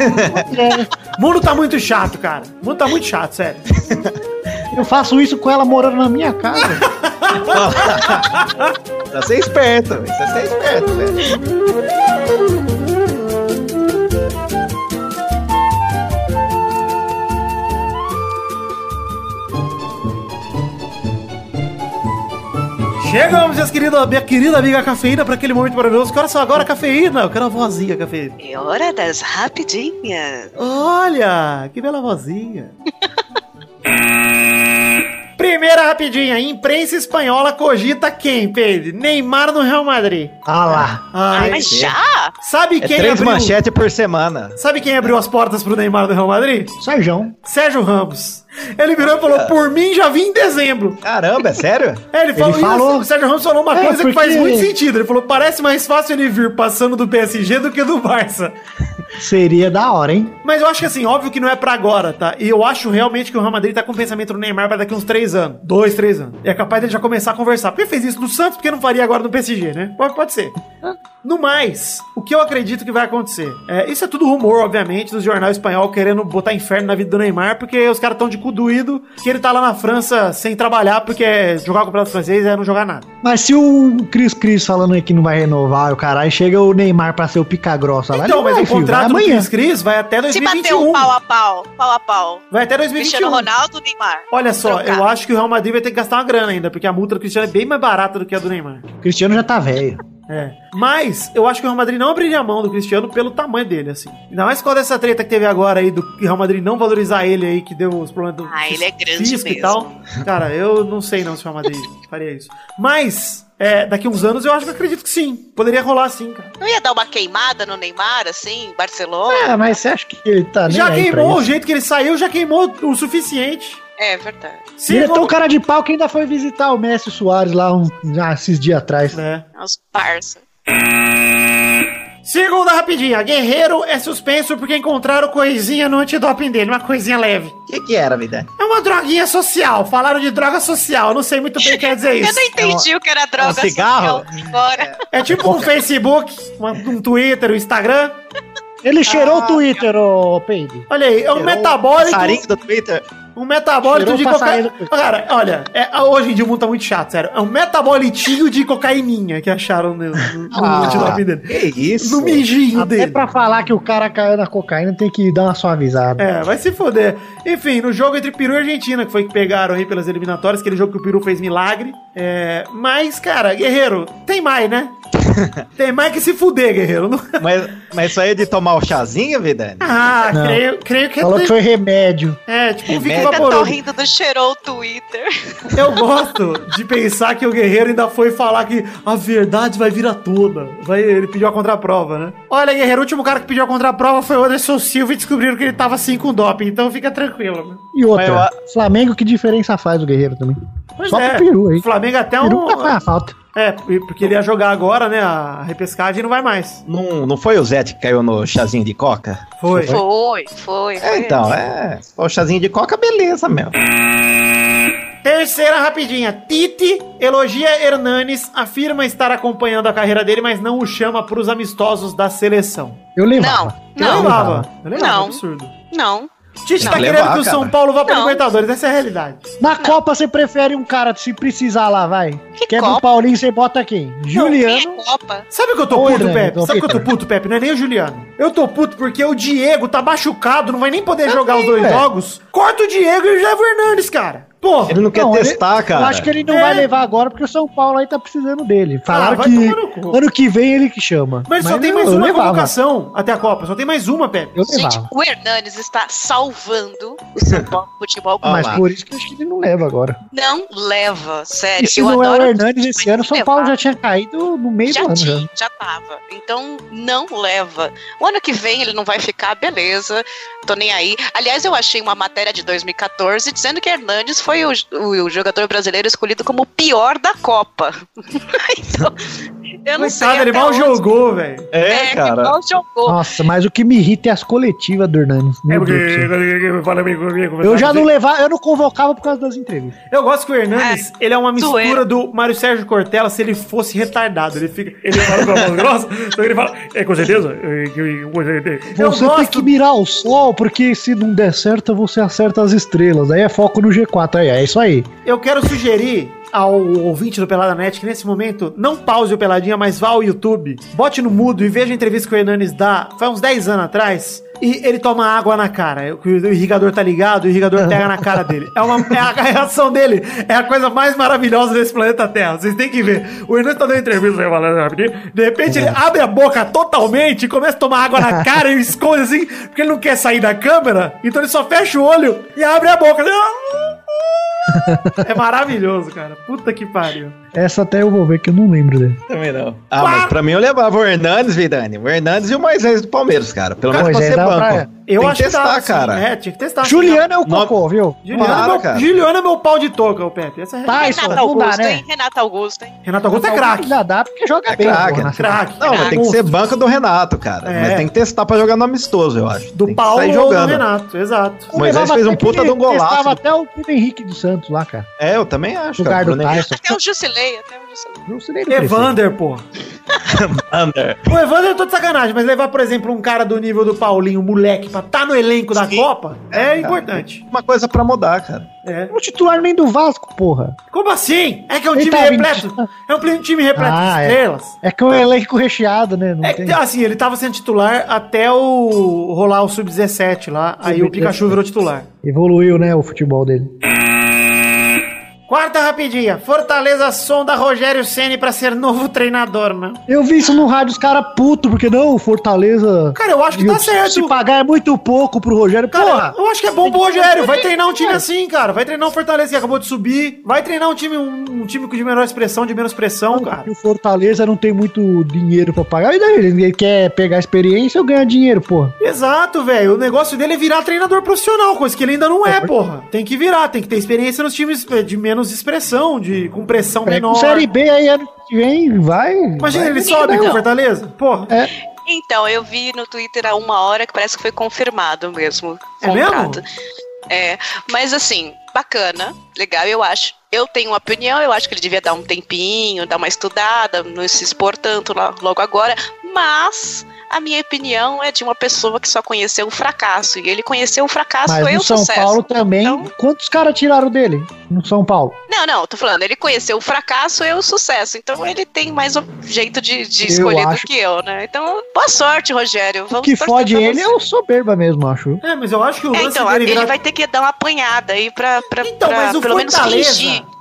O mundo tá muito chato, cara. O mundo tá muito chato, sério. Eu faço isso com ela morando na minha casa. Precisa ser esperto, velho. Precisa ser esperto, velho. Chegamos, minha querida, minha querida amiga cafeína, pra aquele momento maravilhoso. Que horas são agora, cafeína? Eu quero a vozinha, cafeína. É hora das rapidinhas. Olha, que bela vozinha. Primeira rapidinha, imprensa espanhola cogita quem, Pedro? Neymar no Real Madrid. Ah lá. Ai, Mas já? sabe É quem três abriu... manchetes por semana. Sabe quem abriu as portas pro Neymar do Real Madrid? Sérgio. Sérgio Ramos. Ele virou e falou, por mim já vim em dezembro. Caramba, é sério? É, ele falou, Ele falou. isso, o Sérgio Ramos falou uma É, coisa que faz porque- muito sentido. Ele falou, parece mais fácil ele vir passando do P S G do que do Barça. Seria da hora, hein? Mas eu acho que assim, óbvio que não é pra agora, tá? E eu acho realmente que o Real Madrid tá com o pensamento no Neymar pra daqui uns três anos. Dois, três anos. E é capaz dele já começar a conversar. Porque fez isso no Santos, porque não faria agora no P S G, né? Pode, pode ser. No mais, o que eu acredito que vai acontecer? É, isso é tudo rumor, obviamente, dos jornais espanhol querendo botar inferno na vida do Neymar, porque os caras estão de cu doído que ele tá lá na França sem trabalhar, porque jogar o campeonato francês é não jogar nada. Mas se o Cris Cris falando aí que não vai renovar, o caralho, chega o Neymar pra ser o pica-grossa lá, Então, ele mas vai, o filho, contrato do vai amanhã. Cris Cris vai até Se dois mil e vinte e bater um. um pau a pau, pau a pau. Vai até dois mil e vinte e um. Cristiano Ronaldo, Neymar. Olha só, Trocar. eu acho que o Real Madrid vai ter que gastar uma grana ainda, porque a multa do Cristiano é bem mais barata do que a do Neymar. O Cristiano já tá velho. É. Mas eu acho que o Real Madrid não abriria a mão do Cristiano pelo tamanho dele, assim. Ainda mais com essa treta que teve agora aí do Real Madrid não valorizar ele aí, que deu os problemas do Ah, ele é grande físico e mesmo. tal. Cara, eu não sei não se o Real Madrid faria isso. Mas, é, daqui uns anos eu acho que eu acredito que sim. Poderia rolar sim, cara. Não ia dar uma queimada no Neymar, assim, Barcelona? É, mas você acha que ele tá nem Já aí pra queimou, o isso? jeito que ele saiu já queimou o suficiente. É, verdade. Se Ele é não- tão cara de pau que ainda foi visitar o Messi Soares lá um, ah, esses dias atrás. É. É uns parça. Segunda rapidinha, Guerreiro é suspenso porque encontraram coisinha no antidoping dele, uma coisinha leve. O que, que era, vida? É uma droguinha social, falaram de droga social, eu não sei muito bem o que quer dizer Eu isso. não entendi o que era droga cigarro? social agora. É tipo um Facebook, uma- um Twitter, um Instagram. Ele cheirou o Twitter, ô Peide. Olha aí, é um metabólico, Passarinho do Twitter. um metabólico Cheirou de o passarinho cocaína. do Twitter. Cara, olha, é- hoje em dia o mundo tá muito chato, sério. É um metabolitinho de cocaíninha que acharam no, no, no antidoping dele. Que isso? No mijinho Até dele. pra falar que o cara caiu na cocaína tem que dar uma suavizada. É, vai se foder. Enfim, no jogo entre Peru e Argentina, que foi que pegaram aí pelas eliminatórias, aquele jogo que o Peru fez milagre. É, mas, cara, Guerreiro, tem mais, né? Tem mais que se fuder, guerreiro. Não... Mas, mas isso aí é de tomar o chazinho, Vidani? Ah, Não. creio, creio que... Falou que foi remédio. É, tipo um Vic Remédio. Ainda tô Vaporoso. rindo do cheirou Twitter. Eu gosto de pensar que o guerreiro ainda foi falar que a verdade vai vir à tona. Vai, ele pediu a contraprova, né? Olha, guerreiro, o último cara que pediu a contraprova foi o Anderson Silva e descobriram que ele tava assim com doping, então fica tranquilo. Né? E outra, Mas Flamengo, que diferença faz o Guerreiro também? Pois Só é, pro Peru aí. o Flamengo até Peru um... vai fazer a falta. É, porque ele ia jogar agora, né, a repescagem e não vai mais. Não, não foi o Zé que caiu no chazinho de coca? Foi. Foi, foi. É, foi. então, é. O chazinho de coca, beleza, meu. Terceira rapidinha. Tite elogia Hernanes, afirma estar acompanhando a carreira dele, mas não o chama pros amistosos da seleção. Eu levava. Não, Eu não, levava. Eu levava, Não. absurdo. não. Tite Não. tá querendo Levar, que o São cara. Paulo vá pra Não. Libertadores, essa é a realidade. Na Copa você prefere um cara, se precisar lá, vai. Que Quebra Copa? o Paulinho, você bota quem? Juliano. Quem é Copa? Sabe o que eu tô Oi, puto, Hernani, Pepe? tô Sabe o que eu tô Peter. puto, Pepe? Não é nem o Juliano. Eu tô puto porque o Diego tá machucado, não vai nem poder jogar os dois velho. jogos. Corta o Diego e leva o Hernandes, cara. Porra. Ele não quer Não, ele- testar, cara. Eu acho que ele não É. vai levar agora porque o São Paulo aí tá precisando dele. Falaram Ah, vai que tomar no cu. ano que vem ele que chama. Mas só tem eu- mais eu uma levava. convocação até a Copa. Só tem mais uma, Pepe. Eu Gente, levava. o Hernanes está salvando o São Paulo Futebol Clube. Mas lá. por isso que eu acho que ele não leva agora. Não leva, sério. E se eu não é o adoro Hernandes Tite, esse mas ano, não São Paulo levar. já tinha caído no meio Já do ano. tinha, Já. já tava. Então, não leva. O ano que vem ele não vai ficar, beleza. Tô nem aí. Aliás, eu achei uma matéria de dois mil e quatorze dizendo que Hernanes foi o, o, o jogador brasileiro escolhido como o pior da Copa. Então, eu não sei. Coitado, ele até mal onde- jogou, velho. É, que cara. mal jogou. Nossa, mas o que me irrita é as coletivas do Hernandes. É Meu porque... Deus do céu. Fala bem comigo. Eu já não levava, eu não convocava por causa das entrevistas. Eu gosto que o Hernandes, ele é uma mistura zoeira. do Mário Sérgio Cortella se ele fosse retardado. Ele fica. Ele fala com a voz grossa, então ele fala. É, com certeza? É, que eu- Eu Você tem gosto. que mirar o sol, porque se não der certo, você acerta as estrelas. Aí é foco no G quatro. Aí é isso aí. Eu quero sugerir ao ouvinte do Pelada Net que nesse momento não pause o Peladinha, mas vá ao YouTube, bote no mudo e veja a entrevista que o Hernanes dá, faz uns dez anos atrás, e ele toma água na cara. O o irrigador tá ligado, o irrigador pega na cara dele. É, uma, é a reação dele, é a coisa mais maravilhosa desse planeta Terra. Vocês têm que ver. O Hernanes tá dando entrevista, aí, falando rapidinho, de repente ele abre a boca totalmente e começa a tomar água na cara e esconde assim, porque ele não quer sair da câmera, então ele só fecha o olho e abre a boca. É maravilhoso, cara. Puta que pariu. Essa até eu vou ver que eu não lembro dele. Também não. Ah, mas pra mim eu levava o Hernandes, Vidani. O Hernandes e o Moisés do Palmeiras, cara. Pelo menos pra Moisés ser dá pra- banco. Eu Tem acho que testar, dá, sim. cara. É, tinha que testar. sim. Juliano é o Não- cocô, viu? Juliano, Para, é meu, cara. Juliano é meu pau de toca, o Pepe. Essa é a Tá, realidade. isso Renato não dá, Augusto, né? hein? Renato Augusto, hein? Renato Augusto é craque. Já dá porque joga É bem. craque, porra, é na Craque. Não, mas tem que ser Monstro. banco do Renato, cara. É. Mas tem que testar pra jogar no amistoso, eu acho. Do tem que Paulo sair ou do jogando. Renato, exato. Eu Moisés levava fez um até puta que de um golaço. testava até o Bruno Henrique dos Santos lá, cara. É, eu também acho, No lugar cara. do Bruno Henrique. Tyson. Até o Jusilei, até o Jusilei. Não sei nem do Evander, pô. Under. O Evander eu tô de sacanagem, mas levar, por exemplo, um cara do nível do Paulinho, um moleque, pra tá no elenco da Copa, é importante. Uma coisa pra mudar, cara. É. Não titular nem do Vasco, porra. Como assim? É que é um Ele time tá repleto. vinte. É um time repleto de Ah, é. estrelas. É que é um elenco recheado, né? Não É tem. que, assim, ele tava sendo titular até o rolar o sub dezessete lá, aí o Pikachu virou titular. Evoluiu, né, o futebol dele. Quarta rapidinha. Fortaleza sonda Rogério Ceni pra ser novo treinador, né? Eu vi isso no rádio, os caras putos, porque não, o Fortaleza... Cara, eu acho que tá se- certo. Se pagar é muito pouco pro Rogério. Cara, Porra! eu acho que é bom pro Rogério. Vai treinar um time assim, cara. Vai treinar um Fortaleza que acabou de subir. Vai treinar um time, um, um time de menor expressão, de menos pressão, cara. O Fortaleza não tem muito dinheiro pra pagar. E daí? Ele quer pegar experiência ou ganhar dinheiro, porra? Exato, velho. O negócio dele é virar treinador profissional, coisa que ele ainda não é, porra. Tem que virar, tem que ter experiência nos times eh, de menos expressão, de, com pressão Pega menor. o Série B aí ano que vem, vai. Imagina, vai. ele sobe com o Não. Fortaleza. Porra. É. Então, eu vi no Twitter há uma hora que parece que foi confirmado mesmo. o É mesmo? É, mas assim, bacana, legal, eu acho. Eu tenho uma opinião, eu acho que ele devia dar um tempinho, dar uma estudada, não se expor tanto lá, logo agora, mas a minha opinião é de uma pessoa que só conheceu o fracasso, e ele conheceu o fracasso, Mas foi no o São sucesso. Paulo também, Então- quantos caras tiraram dele no São Paulo? Não, não, tô falando, ele conheceu o fracasso e o sucesso, então ele tem mais um jeito de, de Eu escolher do acho- que eu, né? Então, boa sorte, Rogério. O Vamos que torcer fode pra ele você. é o soberba mesmo, acho. É, mas eu acho que o É, lance então, dele ele virar... vai ter que dar uma apanhada aí pra, pra, Então, pra mas o pelo menos Fortaleza, fingir.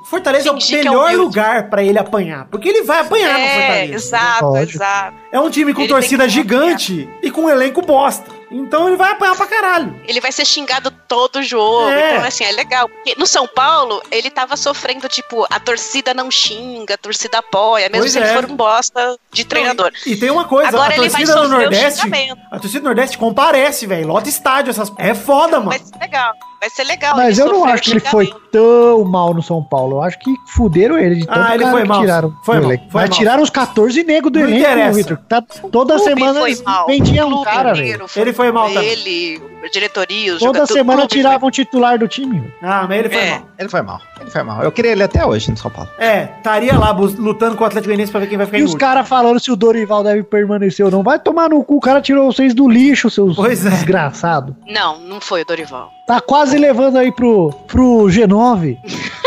Fortaleza Fingir é o que é melhor humilde. lugar pra ele apanhar. Porque ele vai apanhar no É, Fortaleza. exato, Lógico. exato. É um time com Ele torcida tem que gigante e com um elenco bosta. Então ele vai apanhar pra caralho. Ele vai ser xingado todo jogo. É. Então, assim, é legal. Porque no São Paulo, ele tava sofrendo, tipo, a torcida não xinga, a torcida apoia, mesmo Pois se é. ele for um bosta de treinador. E, e tem uma coisa, Agora a ele vai torcida no sofrer o Nordeste. xingamento. A torcida do Nordeste comparece, velho. Lota estádio, essas. É foda, mano. Vai ser legal. Vai ser legal. Mas eu não sofrer acho o que ele foi xingamento. tão mal no São Paulo. Eu acho que fuderam ele de tanto Ah, ele cara foi que mal. tiraram. Foi do mal, elenco. foi Mas mal. tiraram os catorze negros do Não elenco, interessa. Vitor. Tá, toda O clube semana foi mal. vendia O um clube cara, velho. inteiro Ele foi mal também. Ele, a diretoria, os Toda jogadores, semana o clube tiravam o titular do time. velho. Ah, mas ele foi É. mal. Ele foi mal, ele foi mal. Eu queria ele até hoje no São Paulo. É, estaria lá bus- lutando com o Atlético Goianiense pra ver quem vai ficar E em os último. caras falando se o Dorival deve permanecer ou não. Vai tomar no cu, o cara tirou vocês do lixo, seus Pois é. desgraçados. foi- Não, não foi o Dorival. Tá quase levando aí pro, pro G nove.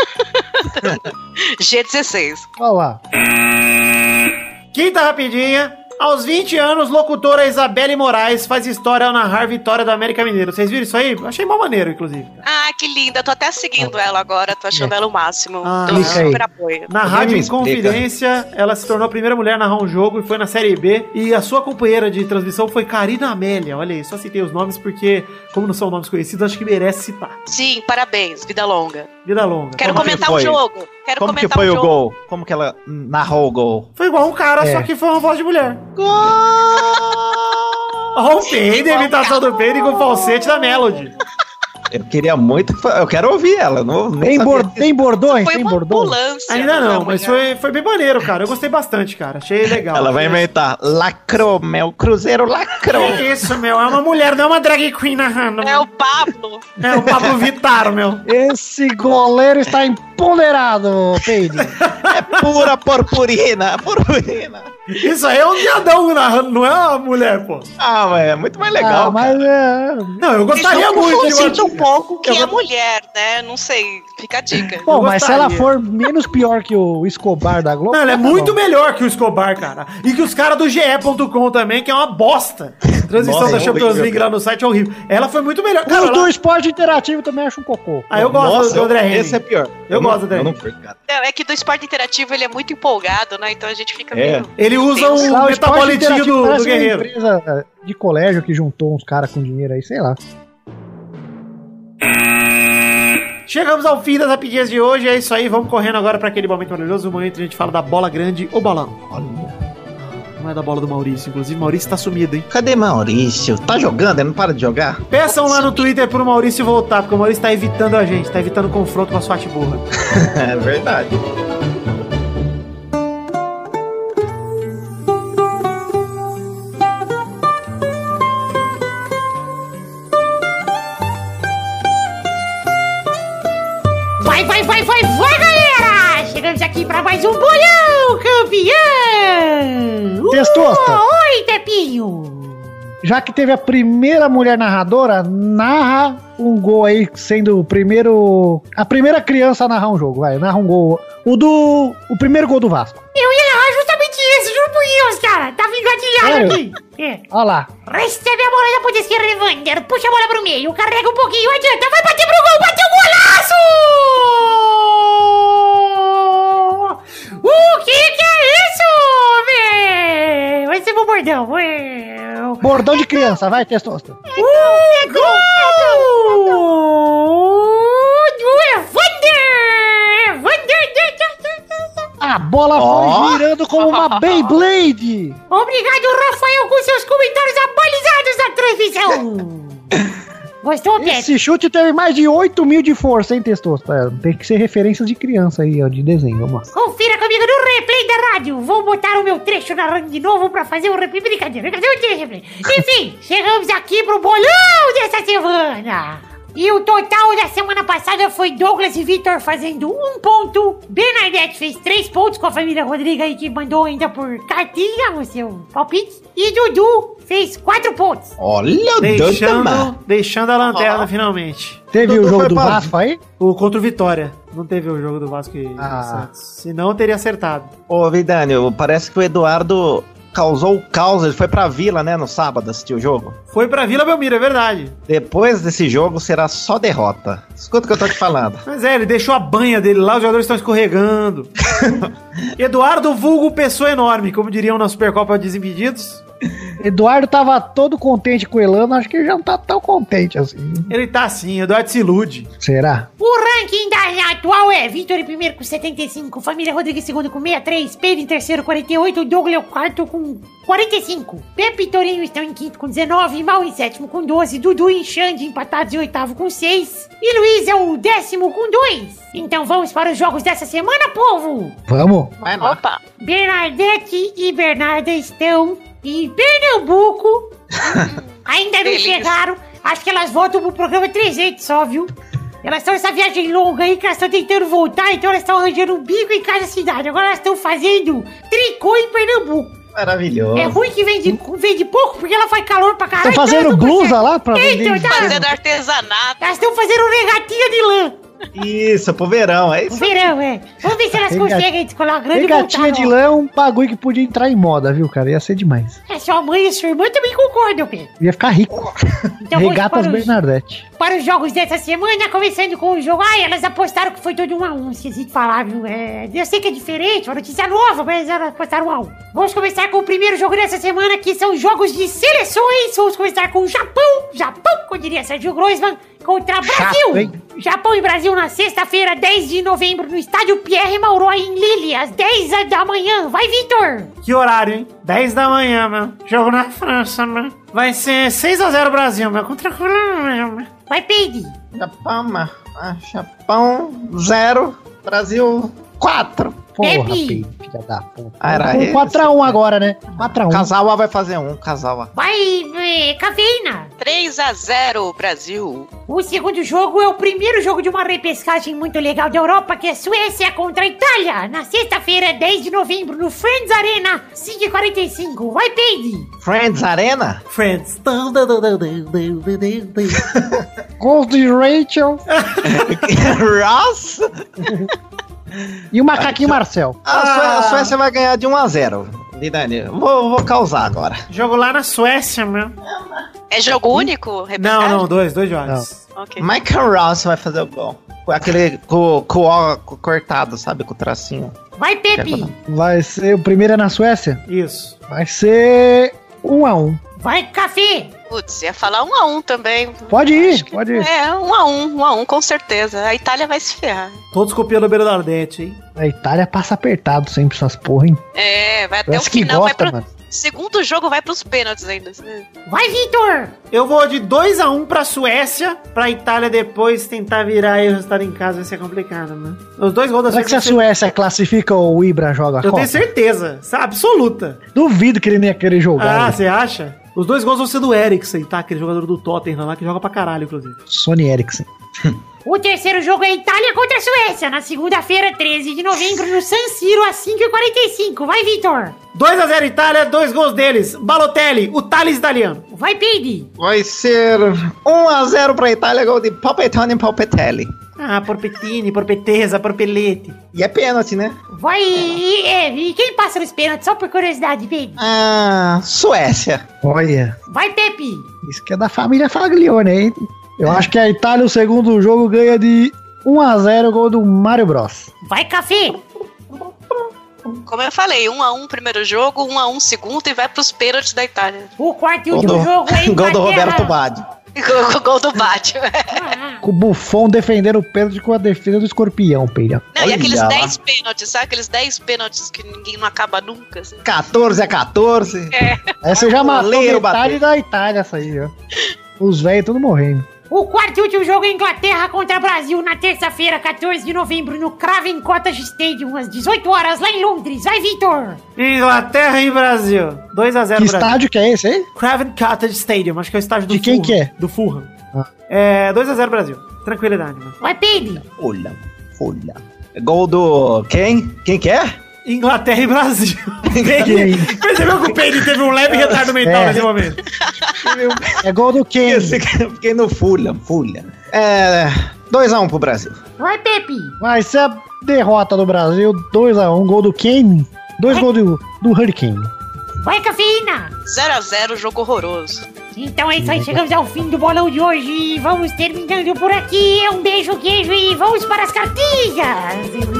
G dezesseis. Olha lá. Quinta rapidinha. Aos vinte anos, locutora Isabelle Moraes faz história ao narrar vitória do América Mineiro. Vocês viram isso aí? Achei mal maneiro, inclusive. Ah, que linda. Tô até seguindo ela agora. Tô achando ela o máximo. Ah, Tô clica aí. super apoio. Na Alguém Rádio me explica. Inconfidência, ela se tornou a primeira mulher a narrar um jogo e foi na Série B. E a sua companheira de transmissão foi Karina Amélia. Olha aí, só citei os nomes porque, como não são nomes conhecidos, acho que merece citar. Sim, parabéns. Vida longa. Vida longa. Quero Como que comentar o foi? jogo. Quero Como que comentar foi o o jogo. gol? Como que ela narrou o gol? Foi igual um cara, É. só que foi uma voz de mulher. Ó, o Peide, a imitação do Peide com o falsete da Melody. Eu queria muito, que fa- eu quero ouvir ela. Não, nem Tem, sabia bor disso. tem bordões? Foi Tem uma bordões? ambulância. Ainda não, da mas mulher. foi, foi bem maneiro, cara. Eu gostei bastante, cara. Achei legal. Ela vai inventar. Lacrou, meu cruzeiro lacrou. Que isso, meu? É uma mulher, não é uma drag queen narrando. É meu. o Pablo. É o Pablo Vittar, meu. Esse goleiro está empoderado, Peide. É pura purpurina, purpurina. Isso aí é um viadão narrando, não é uma mulher, pô. Ah, mas é muito mais legal. Ah, mas é... Não, eu gostaria Eu muito de sinto um pouco que Eu é vou- mulher, né? Não sei. Fica a dica. Bom, Eu mas se gostaria. ela for menos pior que o Escobar da Globo... Não, ela é tá muito bom. melhor que o Escobar, cara. E que os caras do G E ponto com também, que é uma bosta. Transmissão Nossa, da é Champions horrível, League lá no site é horrível. Ela foi muito melhor. Cara, Os ela... do esporte interativo também acho um cocô. Ah, eu gosto Nossa, do André Henning. esse é pior. Eu não- gosto dele. Eu não fui, cara. Não, é que do esporte interativo ele é muito empolgado, né? Então a gente fica É. meio... Ele usa Deus. um Lá, o esporte metabolitinho interativo do, do parece uma guerreiro. empresa de colégio que juntou uns caras com dinheiro aí, sei lá. Chegamos ao fim das rapidinhas de hoje, é isso aí, vamos correndo agora para aquele momento maravilhoso, o momento que a gente fala da bola grande ou balão. Não é da bola do Maurício, inclusive o Maurício tá sumido, hein? Cadê Maurício? Tá jogando? Ele não para de jogar? Peçam lá no Twitter pro Maurício voltar, porque o Maurício tá evitando a gente, tá evitando confronto com a Swat burra. É verdade. Vai, vai, vai, vai, vai, galera! Chegamos aqui pra mais um bolão, campeão! Testosta. Oi, Tepinho! Já que teve a primeira mulher narradora, narra um gol aí, sendo o primeiro... A primeira criança a narrar um jogo, vai, narra um gol. O do... O primeiro gol do Vasco. Eu ia narrar justamente esse, juro por Deus, cara! Tava engatilhado Sério? aqui! É. Olha lá. Recebe a bola da ponta esquerda, Evander. Puxa a bola pro meio, carrega um pouquinho, adianta, vai bater pro gol, bateu o golaço! O que que é isso, velho? Vai ser um bordão, velho. Bordão de criança, vai, Testosta. É gol! Do Evander! Evander! A bola Ó. foi girando como uma Beyblade. Obrigado, Rafael, com seus comentários abalizados da transmissão! Gostou, Pedro? Esse chute teve mais de oito mil de força, hein, Testosta? É, tem que ser referências de criança aí, ó, de desenho, vamos lá. Confira comigo no replay da rádio. Vou botar o meu trecho narrando de novo pra fazer um replay. Brincadeira, cadê o replay? Enfim, chegamos aqui pro bolão dessa semana. E o total da semana passada foi Douglas e Vitor fazendo um ponto. Bernadette fez três pontos com a família Rodrigo aí, que mandou ainda por cartinha o seu palpite. E Dudu fez quatro pontos. Olha o Deixando, Dantama. deixando a lanterna, finalmente. Teve Dudu o jogo foi do pra- Vasco aí? O contra o Vitória. Não teve o jogo do Vasco e Ah. Santos. Senão teria acertado. Ô, Vidânio, parece que o Eduardo causou o caos, ele foi pra Vila, né, no sábado, assistir o jogo. Foi pra Vila Belmiro, é verdade. Depois desse jogo será só derrota. Escuta o que eu tô te falando. Mas é, ele deixou a banha dele lá, os jogadores estão escorregando. Eduardo Vulgo Pessoa Enorme, como diriam na Supercopa Desimpedidos. Eduardo tava todo contente com o Elano, acho que ele já não tá tão contente assim. Ele tá assim, Eduardo se ilude. Será? O ranking da atual é Vitor em primeiro com setenta e cinco, Família Rodrigues em segundo com sessenta e três, Pedro em terceiro com quarenta e oito, Douglas em quarto com quarenta e cinco, Pepe e Torinho estão em quinto com dezenove, Mal em sétimo com doze, Dudu e Xande empatados em oitavo com seis e Luiz é o décimo com dois. Então vamos para os jogos dessa semana, povo! Vamos? Vai lá. Opa! Bernadette e Bernarda estão em Pernambuco. Ainda não Delícia. chegaram. Acho que elas voltam pro programa trezentos só, viu? Elas estão nessa viagem longa aí que elas estão tentando voltar, então elas estão arranjando um bico em cada cidade. Agora elas estão fazendo tricô em Pernambuco. Maravilhoso. É ruim que vende, vende pouco, porque ela faz calor pra caralho. Estão fazendo então elas não blusa conseguem. lá pra vender? Então, tá. Fazendo artesanato. Elas estão fazendo regatinha de lã. Isso, pro verão, é No isso. verão, é. Vamos ver se elas Rega- conseguem descolar a grande Regatinha de ó. lã é um bagulho que podia entrar em moda, viu, cara? Ia ser demais. É, sua mãe e sua irmã também concordam, Pedro. Ia ficar rico. Então vamos Regatas para os- Bernadette. Para os jogos dessa semana, começando com o jogo. Ah, elas apostaram que foi todo um a um, esqueci de falar, viu? É, eu sei que é diferente, uma notícia nova, mas elas apostaram um a um. Vamos começar com o primeiro jogo dessa semana, que são jogos de seleções. Vamos começar com o Japão, Japão, como diria Sérgio Groisman, contra Brasil. Chato, hein? Japão e Brasil na sexta-feira, dez de novembro, no estádio Pierre Mauroy, em Lille, às dez da manhã. Vai, Vitor! Que horário, hein? dez da manhã, meu. Jogo na França, meu. Vai ser seis a zero Brasil, meu. Contra meu. Vai, Peide! Japão, ma- ah, Japão, zero. Brasil, quatro. Porra, Pepe. Pepe, filha da puta. Ah, era esse. quatro a um agora, né? quatro a um. Casal A vai fazer um, casal A. Vai, eh, Cafeína! três a zero, Brasil. O segundo jogo é o primeiro jogo de uma repescagem muito legal da Europa, que é Suécia contra a Itália, na sexta-feira, dez de novembro, no Friends Arena, cinco e quarenta e cinco. Vai, Peide! Friends Arena? Friends. Gols de Rachel Ross? e o macaquinho Marcel. A, Sué- a Suécia vai ganhar de um a zero. Dani, vou, vou causar agora. Jogo lá na Suécia, meu. É jogo único? Não, repescagem? não, dois, dois jogos. Ok. Michael Ross vai fazer o gol. Com aquele com, com o ó cortado, sabe? Com o tracinho. Vai, Pepe! Vai ser o primeiro é na Suécia? Isso. Vai ser um a um. Vai, Café! Putz, ia falar um a um também. Pode ir, Acho que- pode ir. É, um a um, um a um, com certeza. A Itália vai se ferrar. Todos copiando o Beira da Ardente, hein? A Itália passa apertado sempre essas porra, hein? É, vai até Parece o que final. vai gosta, pro... mano. Segundo jogo vai pros pênaltis ainda. Vai, Vitor! Eu vou de dois a um pra Suécia, pra Itália depois tentar virar e o resultado em casa vai ser complicado, né? Os dois gols da Será que se a Suécia... Suécia classifica o Ibra joga a Eu Copa? tenho certeza, sabe? Absoluta. Duvido que ele nem ia querer jogar. Ah, né? você acha? Os dois gols vão ser do Eriksen, tá? Aquele jogador do Tottenham lá que joga pra caralho, inclusive. Sony Ericsson. O terceiro jogo é Itália contra a Suécia, na segunda-feira, treze de novembro, no San Siro, às cinco e quarenta e cinco. Vai, Vitor! dois a zero Itália, dois gols deles. Balotelli, o Thales italiano. Vai, Peide! Vai ser um a zero pra Itália, gol de Palpetone e Palpetelli. Ah, Porpetini, Porpeteza, Porpelete. E é pênalti, né? Vai, e, é, e quem passa nos pênaltis? Só por curiosidade, Peide. Ah, Suécia. Olha, Vai, Pepe! isso que é da família Faglione, hein? Eu acho que a Itália, o segundo jogo, ganha de um a zero, gol do Mario Bros. Vai, Café! Como eu falei, um a um primeiro jogo, um a um segundo e vai pros pênaltis da Itália. O quarto e Gol último do, jogo é gol Inglaterra. do Roberto Baggio. O gol do Batman. Ah, Com o Buffon defendendo o pênalti com a defesa do escorpião, Peira. Não, e Olha aqueles lá. dez pênaltis, sabe? Aqueles dez pênaltis que ninguém não acaba nunca. Assim. quatorze a quatorze. Aí você já matou Goleiro metade bateu. da Itália, essa aí, ó. Os velhos tudo morrendo. O quarto e último jogo é Inglaterra contra Brasil na terça-feira, quatorze de novembro, no Craven Cottage Stadium, às dezoito horas, lá em Londres. Vai, Vitor! Inglaterra e Brasil. dois a zero Que Brasil. estádio que é esse aí? Craven Cottage Stadium, acho que é o estádio do De quem Fulham. que é? Do Fulham. Ah. É, dois a zero Brasil. Tranquilidade, mano. Vai, Peide! Folha, folha. Gol do... Quem? Quem que é? Inglaterra e Brasil. Quem? Percebeu que o Peide teve um leve retardo mental É. nesse momento. É gol do quem? Esse que eu fiquei no Fulham, Fulham. É... dois a um pro Brasil. Vai, Pepe! Vai ser a derrota do Brasil, dois a um, gol do Kane. Dois gols do, do Hurricane. Vai, cafeína! zero a zero, jogo horroroso. Então é isso aí, chegamos ao fim do bolão de hoje. Vamos terminando por aqui. Um beijo, queijo e vamos para as cartinhas.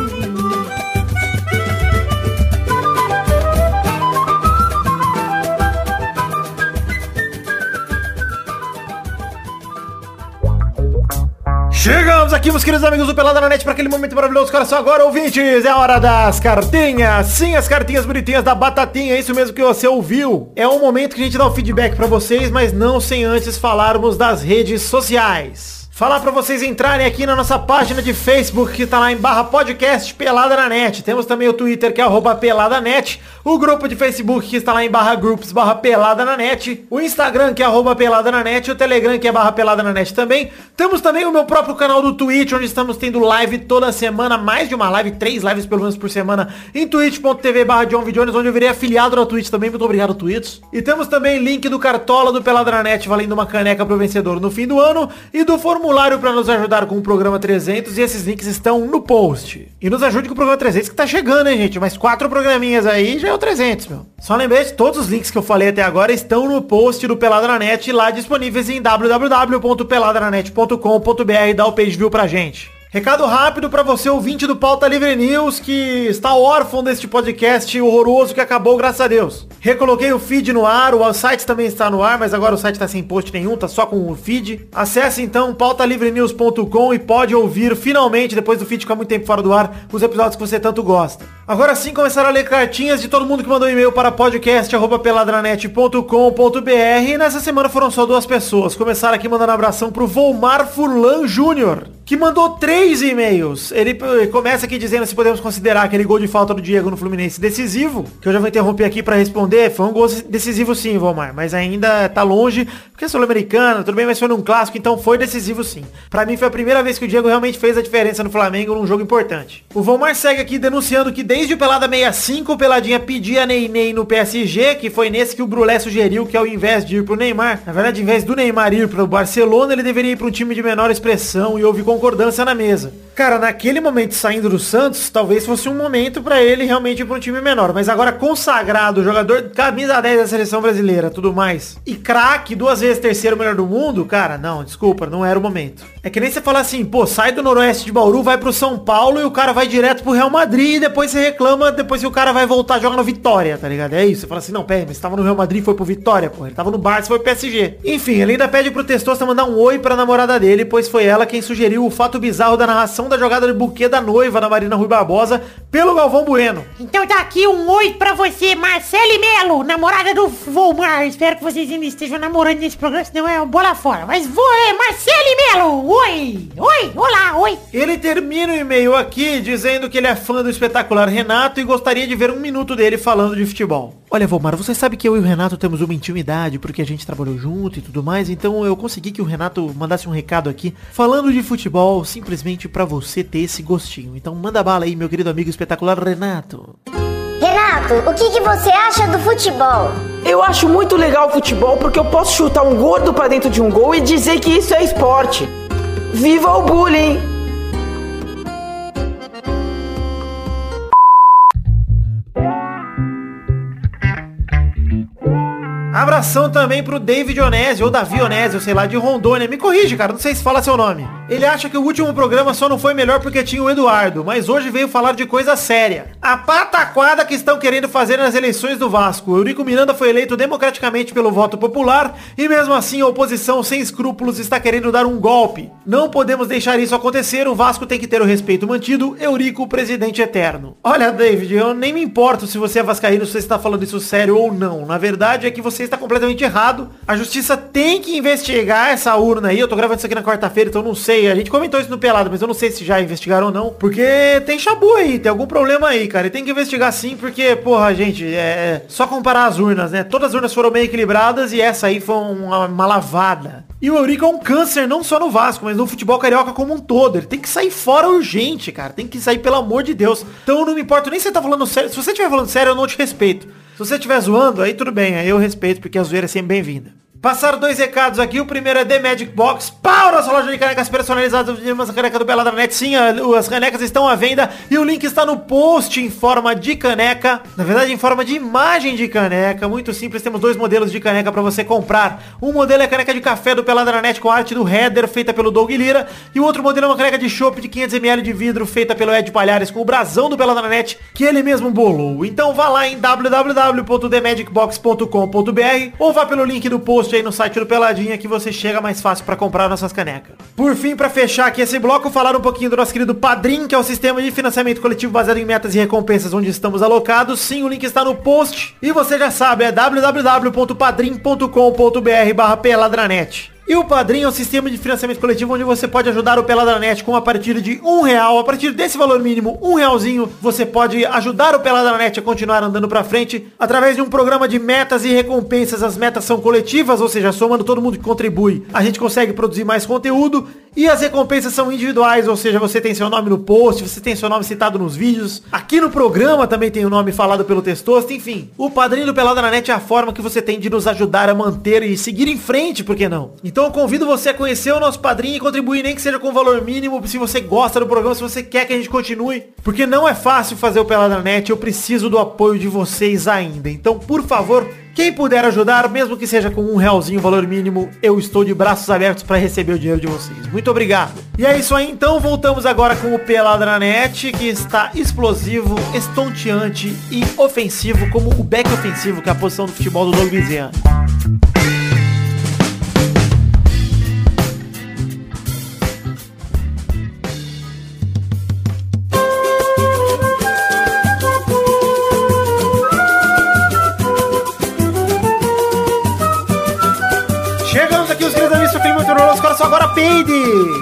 Chegamos aqui, meus queridos amigos do Pelada na Net, para aquele momento maravilhoso. Cara, só agora, ouvintes, é a hora das cartinhas. Sim, as cartinhas bonitinhas da Batatinha, é isso mesmo que você ouviu. É um momento que a gente dá o feedback para vocês, mas não sem antes falarmos das redes sociais. Falar pra vocês entrarem aqui na nossa página de Facebook, que tá lá em barra podcast Pelada na Net. Temos também o Twitter, que é arroba Pelada Net. O grupo de Facebook, que está lá em barra groups, barra Pelada na Net. O Instagram, que é arroba Pelada na Net. O Telegram, que é barra Pelada na Net também. Temos também o meu próprio canal do Twitch, onde estamos tendo live toda semana. Mais de uma live, três lives pelo menos por semana. Em twitch.tv barra John V. Jones, onde eu virei afiliado na Twitch também. Muito obrigado, Twitch. E temos também link do Cartola do Pelada na Net, valendo uma caneca pro vencedor no fim do ano. E do formulário para nos ajudar com o programa trezentos, e esses links estão no post. E nos ajude com o programa trezentos, que tá chegando, hein, gente? Mais quatro programinhas aí, já é o trezentos, meu. Só lembrete, todos os links que eu falei até agora estão no post do Pelada na Net, lá disponíveis em w w w ponto pelada na net ponto com ponto b r. Dá o page view pra gente. Recado rápido pra você, ouvinte do Pauta Livre News, que está órfão deste podcast horroroso que acabou, graças a Deus. Recoloquei o feed no ar, o site também está no ar, mas agora o site tá sem post nenhum, tá só com o feed. Acesse então pauta livre news ponto com e pode ouvir finalmente, depois do feed ficar muito tempo fora do ar, os episódios que você tanto gosta. Agora sim, começaram a ler cartinhas de todo mundo que mandou e-mail para podcast arroba peladranet ponto com ponto b r, e nessa semana foram só duas pessoas. Começaram aqui mandando um abração pro Volmar Furlan Júnior, que mandou três e-mails. Ele começa aqui dizendo se podemos considerar aquele gol de falta do Diego no Fluminense decisivo, que eu já vou interromper aqui pra responder. Foi um gol decisivo sim, Volmar, mas ainda tá longe, porque é sul-americano, tudo bem, mas foi num clássico, então foi decisivo sim. Pra mim foi a primeira vez que o Diego realmente fez a diferença no Flamengo num jogo importante. O Volmar segue aqui denunciando que desde o Pelada sessenta e cinco, o Peladinha pedia Ney Ney no P S G, que foi nesse que o Brulé sugeriu que ao invés de ir pro Neymar, na verdade, ao invés do Neymar ir pro Barcelona, ele deveria ir pra um time de menor expressão, e houve concordância na mesa. Cara, naquele momento saindo do Santos, talvez fosse um momento pra ele realmente ir pra um time menor, mas agora consagrado, jogador camisa dez da seleção brasileira, tudo mais, e craque, duas vezes terceiro melhor do mundo, cara, não, desculpa, não era o momento. É que nem você falar assim, pô, sai do Noroeste de Bauru, vai pro São Paulo e o cara vai direto pro Real Madrid e depois você reclama, depois que o cara vai voltar a jogar no Vitória, tá ligado? É isso, você fala assim, não, pera, mas você tava no Real Madrid e foi pro Vitória, pô, ele tava no Barça e foi pro P S G. Enfim, ele ainda pede pro Testosta mandar um oi pra namorada dele, pois foi ela quem sugeriu o fato bizarro da narração da jogada de buquê da noiva da Marina Rui Barbosa pelo Galvão Bueno. Então tá aqui um oi pra você, Marcele Melo, namorada do Volmar. Espero que vocês ainda estejam namorando nesse programa, senão é bola fora. Mas vou, é, Marcele Melo, oi, oi, olá, oi. Ele termina o e-mail aqui dizendo que ele é fã do espetacular Renato e gostaria de ver um minuto dele falando de futebol. Olha, Volmar, você sabe que eu e o Renato temos uma intimidade porque a gente trabalhou junto e tudo mais, então eu consegui que o Renato mandasse um recado aqui falando de futebol simplesmente pra você ter esse gostinho. Então manda bala aí, meu querido amigo espetacular Renato. Renato, o que, que você acha do futebol? Eu acho muito legal o futebol porque eu posso chutar um gordo pra dentro de um gol e dizer que isso é esporte. Viva o bullying! Abração também pro David Onésio, ou Davi Onésio, sei lá, de Rondônia. Me corrige, cara, não sei se fala seu nome. Ele acha que o último programa só não foi melhor porque tinha o Eduardo, mas hoje veio falar de coisa séria. A pataquada que estão querendo fazer nas eleições do Vasco. Eurico Miranda foi eleito democraticamente pelo voto popular e mesmo assim a oposição sem escrúpulos está querendo dar um golpe. Não podemos deixar isso acontecer, o Vasco tem que ter o respeito mantido. Eurico, presidente eterno. Olha, David, eu nem me importo se você é vascaíno, se você está falando isso sério ou não. Na verdade é que você está completamente errado. A justiça tem que investigar essa urna aí. Eu tô gravando isso aqui na quarta-feira, então não sei. A gente comentou isso no Pelado, mas eu não sei se já investigaram ou não. Porque tem chabu aí, tem algum problema aí, cara. E tem que investigar sim, porque, porra, gente, é só comparar as urnas, né? Todas as urnas foram bem equilibradas e essa aí foi uma, uma lavada. E o Eurico é um câncer, não só no Vasco, mas no futebol carioca como um todo. Ele tem que sair fora urgente, cara. Tem que sair, pelo amor de Deus. Então eu não me importo nem se você tá falando sério. Se você estiver falando sério, eu não te respeito. Se você estiver zoando, aí tudo bem, aí eu respeito, porque a zoeira é sempre bem-vinda. Passaram dois recados aqui. O primeiro é The Magic Box. Pau na sua loja de canecas personalizadas. Uma caneca do Peladranet. Sim, as canecas estão à venda. E o link está no post em forma de caneca. Na verdade, em forma de imagem de caneca. Muito simples. Temos dois modelos de caneca para você comprar. Um modelo é a caneca de café do Peladranet com a arte do header, feita pelo Doug Lira. E o outro modelo é uma caneca de chopp de quinhentos mililitros de vidro, feita pelo Ed Palhares, com o brasão do Peladranet, que ele mesmo bolou. Então vá lá em w w w ponto the magic box ponto com ponto b r ou vá pelo link do post aí no site do Peladinha que você chega mais fácil para comprar nossas canecas. Por fim, para fechar aqui esse bloco, falar um pouquinho do nosso querido Padrim, que é o sistema de financiamento coletivo baseado em metas e recompensas onde estamos alocados. Sim, o link está no post. E você já sabe, é w w w ponto padrim ponto com ponto b r barra peladranet. E o Padrim é um sistema de financiamento coletivo onde você pode ajudar o Peladranet com a partir de um real. A partir desse valor mínimo, um realzinho, você pode ajudar o Peladranet a continuar andando pra frente através de um programa de metas e recompensas. As metas são coletivas, ou seja, somando todo mundo que contribui, a gente consegue produzir mais conteúdo. E as recompensas são individuais, ou seja, você tem seu nome no post, você tem seu nome citado nos vídeos. Aqui no programa também tem o nome falado pelo Testosta, enfim. O Padrinho do Peladranet é a forma que você tem de nos ajudar a manter e seguir em frente, por que não? Então eu convido você a conhecer o nosso Padrinho e contribuir, nem que seja com valor mínimo, se você gosta do programa, se você quer que a gente continue. Porque não é fácil fazer o Peladranet, eu preciso do apoio de vocês ainda. Então, por favor, quem puder ajudar, mesmo que seja com um realzinho, valor mínimo, eu estou de braços abertos para receber o dinheiro de vocês. Muito obrigado. E é isso aí, então. Voltamos agora com o Peladranet, que está explosivo, estonteante e ofensivo, como o back ofensivo, que é a posição do futebol do Doug Bezerra. Agora peide!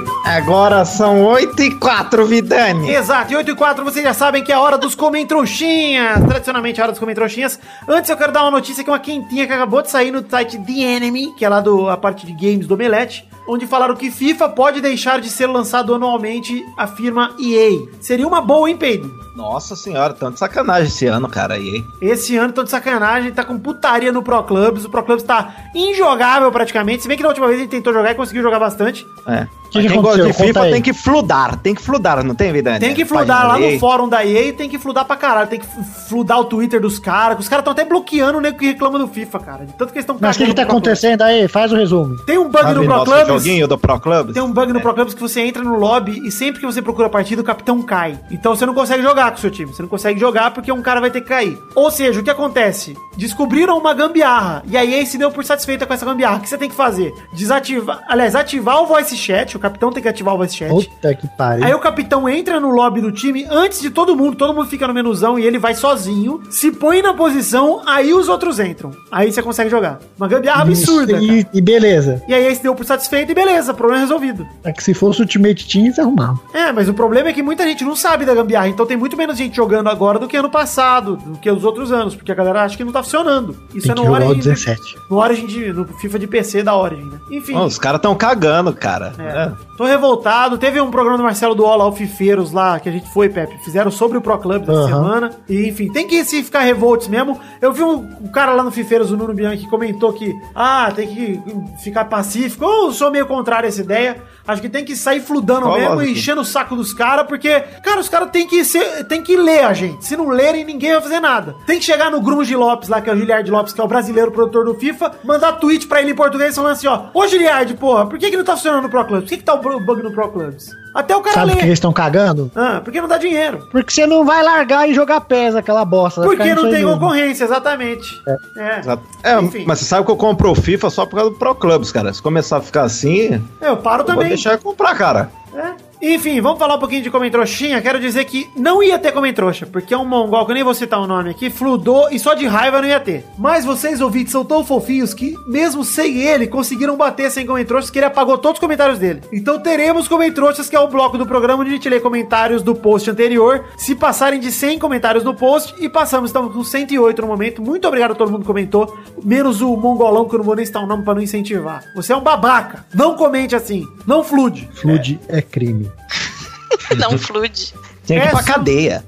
Agora são oito e quatro, Vidani. Exato, e oito e quatro vocês já sabem que é a hora dos Comentrouxinhas. Tradicionalmente a hora dos Comentrouxinhas. Antes eu quero dar uma notícia que é uma quentinha que acabou de sair no site The Enemy, que é lá do, a parte de games do Omelete, onde falaram que FIFA pode deixar de ser lançado anualmente, afirma E A. Seria uma boa, hein, Peido? Nossa senhora, tanto de sacanagem esse ano, cara, E A. Esse ano, tanto de sacanagem, tá com putaria no Pro Clubs. O Pro Clubs tá injogável praticamente, se bem que na última vez a gente tentou jogar e conseguiu jogar bastante. É. Que quem gosta de FIFA tem que fludar, tem que fludar, não tem, Vidani? Tem que fludar lá no fórum da E A, tem que fludar pra caralho, tem que fludar o Twitter dos caras, os caras estão até bloqueando o nego que reclama do FIFA, cara, de tanto que eles estão... Mas o que que tá acontecendo aí? Faz o resumo. Tem um bug no Pro Clubs, joguinho do Pro Clubs. Tem um bug no Pro Clubs que você entra no lobby e sempre que você procura a partida, o capitão cai. Então você não consegue jogar com o seu time, você não consegue jogar porque um cara vai ter que cair. Ou seja, o que acontece? Descobriram uma gambiarra, e a E A se deu por satisfeita com essa gambiarra. O que você tem que fazer? Desativar, aliás, ativar o voice chat, o capitão tem que ativar o voice chat. Puta que pariu. Aí o capitão entra no lobby do time antes de todo mundo, todo mundo fica no menuzão e ele vai sozinho, se põe na posição, aí os outros entram. Aí você consegue jogar. Uma gambiarra absurda. E, e beleza. E aí ele se deu por satisfeito e beleza, problema resolvido. É que se fosse o Ultimate Team, você arrumava. É, mas o problema é que muita gente não sabe da gambiarra, então tem muito menos gente jogando agora do que ano passado, do que os outros anos, porque a galera acha que não tá funcionando. Isso tem é no Origin, dezessete. No Origin, de, no FIFA de P C da Origin, né? Enfim. Oh, os caras tão cagando, cara. É. É. Tô revoltado. Teve um programa do Marcelo do Ola, o Fifeiros lá, que a gente foi, Pepe. Fizeram sobre o Pro Club dessa uhum. semana. E, enfim, tem que se ficar revoltos mesmo. Eu vi um, um cara lá no Fifeiros, o Nuno Bianchi, que comentou que, ah, tem que ficar pacífico. Eu sou meio contrário a essa ideia. Acho que tem que sair fludando Qual mesmo e enchendo o saco dos caras, porque, cara, os caras tem que ser, tem que ler a gente. Se não lerem, ninguém vai fazer nada. Tem que chegar no Grunge Lopes lá, que é o Giliard Lopes, que é o brasileiro produtor do FIFA, mandar tweet pra ele em português falando assim, ó, ô Giliard, porra, por que que não tá funcionando no Pro Clubs? Por que que tá o bug no Pro Clubs? Até o cara Sabe lê. por que eles estão cagando? Ah, porque não dá dinheiro. Porque você não vai largar e jogar pés aquela bosta. Porque não tem concorrência, exatamente. É. É, é mas você sabe que eu compro o FIFA só por causa do Pro Clubs, cara. Se começar a ficar assim... Eu paro eu também. Vou deixar eu comprar, cara. É. Enfim, vamos falar um pouquinho de Comentrouxinha. Quero dizer que não ia ter Comentrouxa, porque é um mongol, que eu nem vou citar o nome aqui, fludou e só de raiva não ia ter. Mas vocês, ouvintes, são tão fofinhos que, mesmo sem ele, conseguiram bater sem Comentrouxas, que ele apagou todos os comentários dele. Então teremos Comentrouxas, que é o bloco do programa onde a gente lê comentários do post anterior. Se passarem de cem comentários no post, e passamos, estamos com cento e oito no momento. Muito obrigado a todo mundo que comentou, menos o mongolão, que eu não vou nem citar o nome pra não incentivar. Você é um babaca. Não comente assim. Não flude. Flude é, é crime. Não flude. Tinha que ir pra cadeia.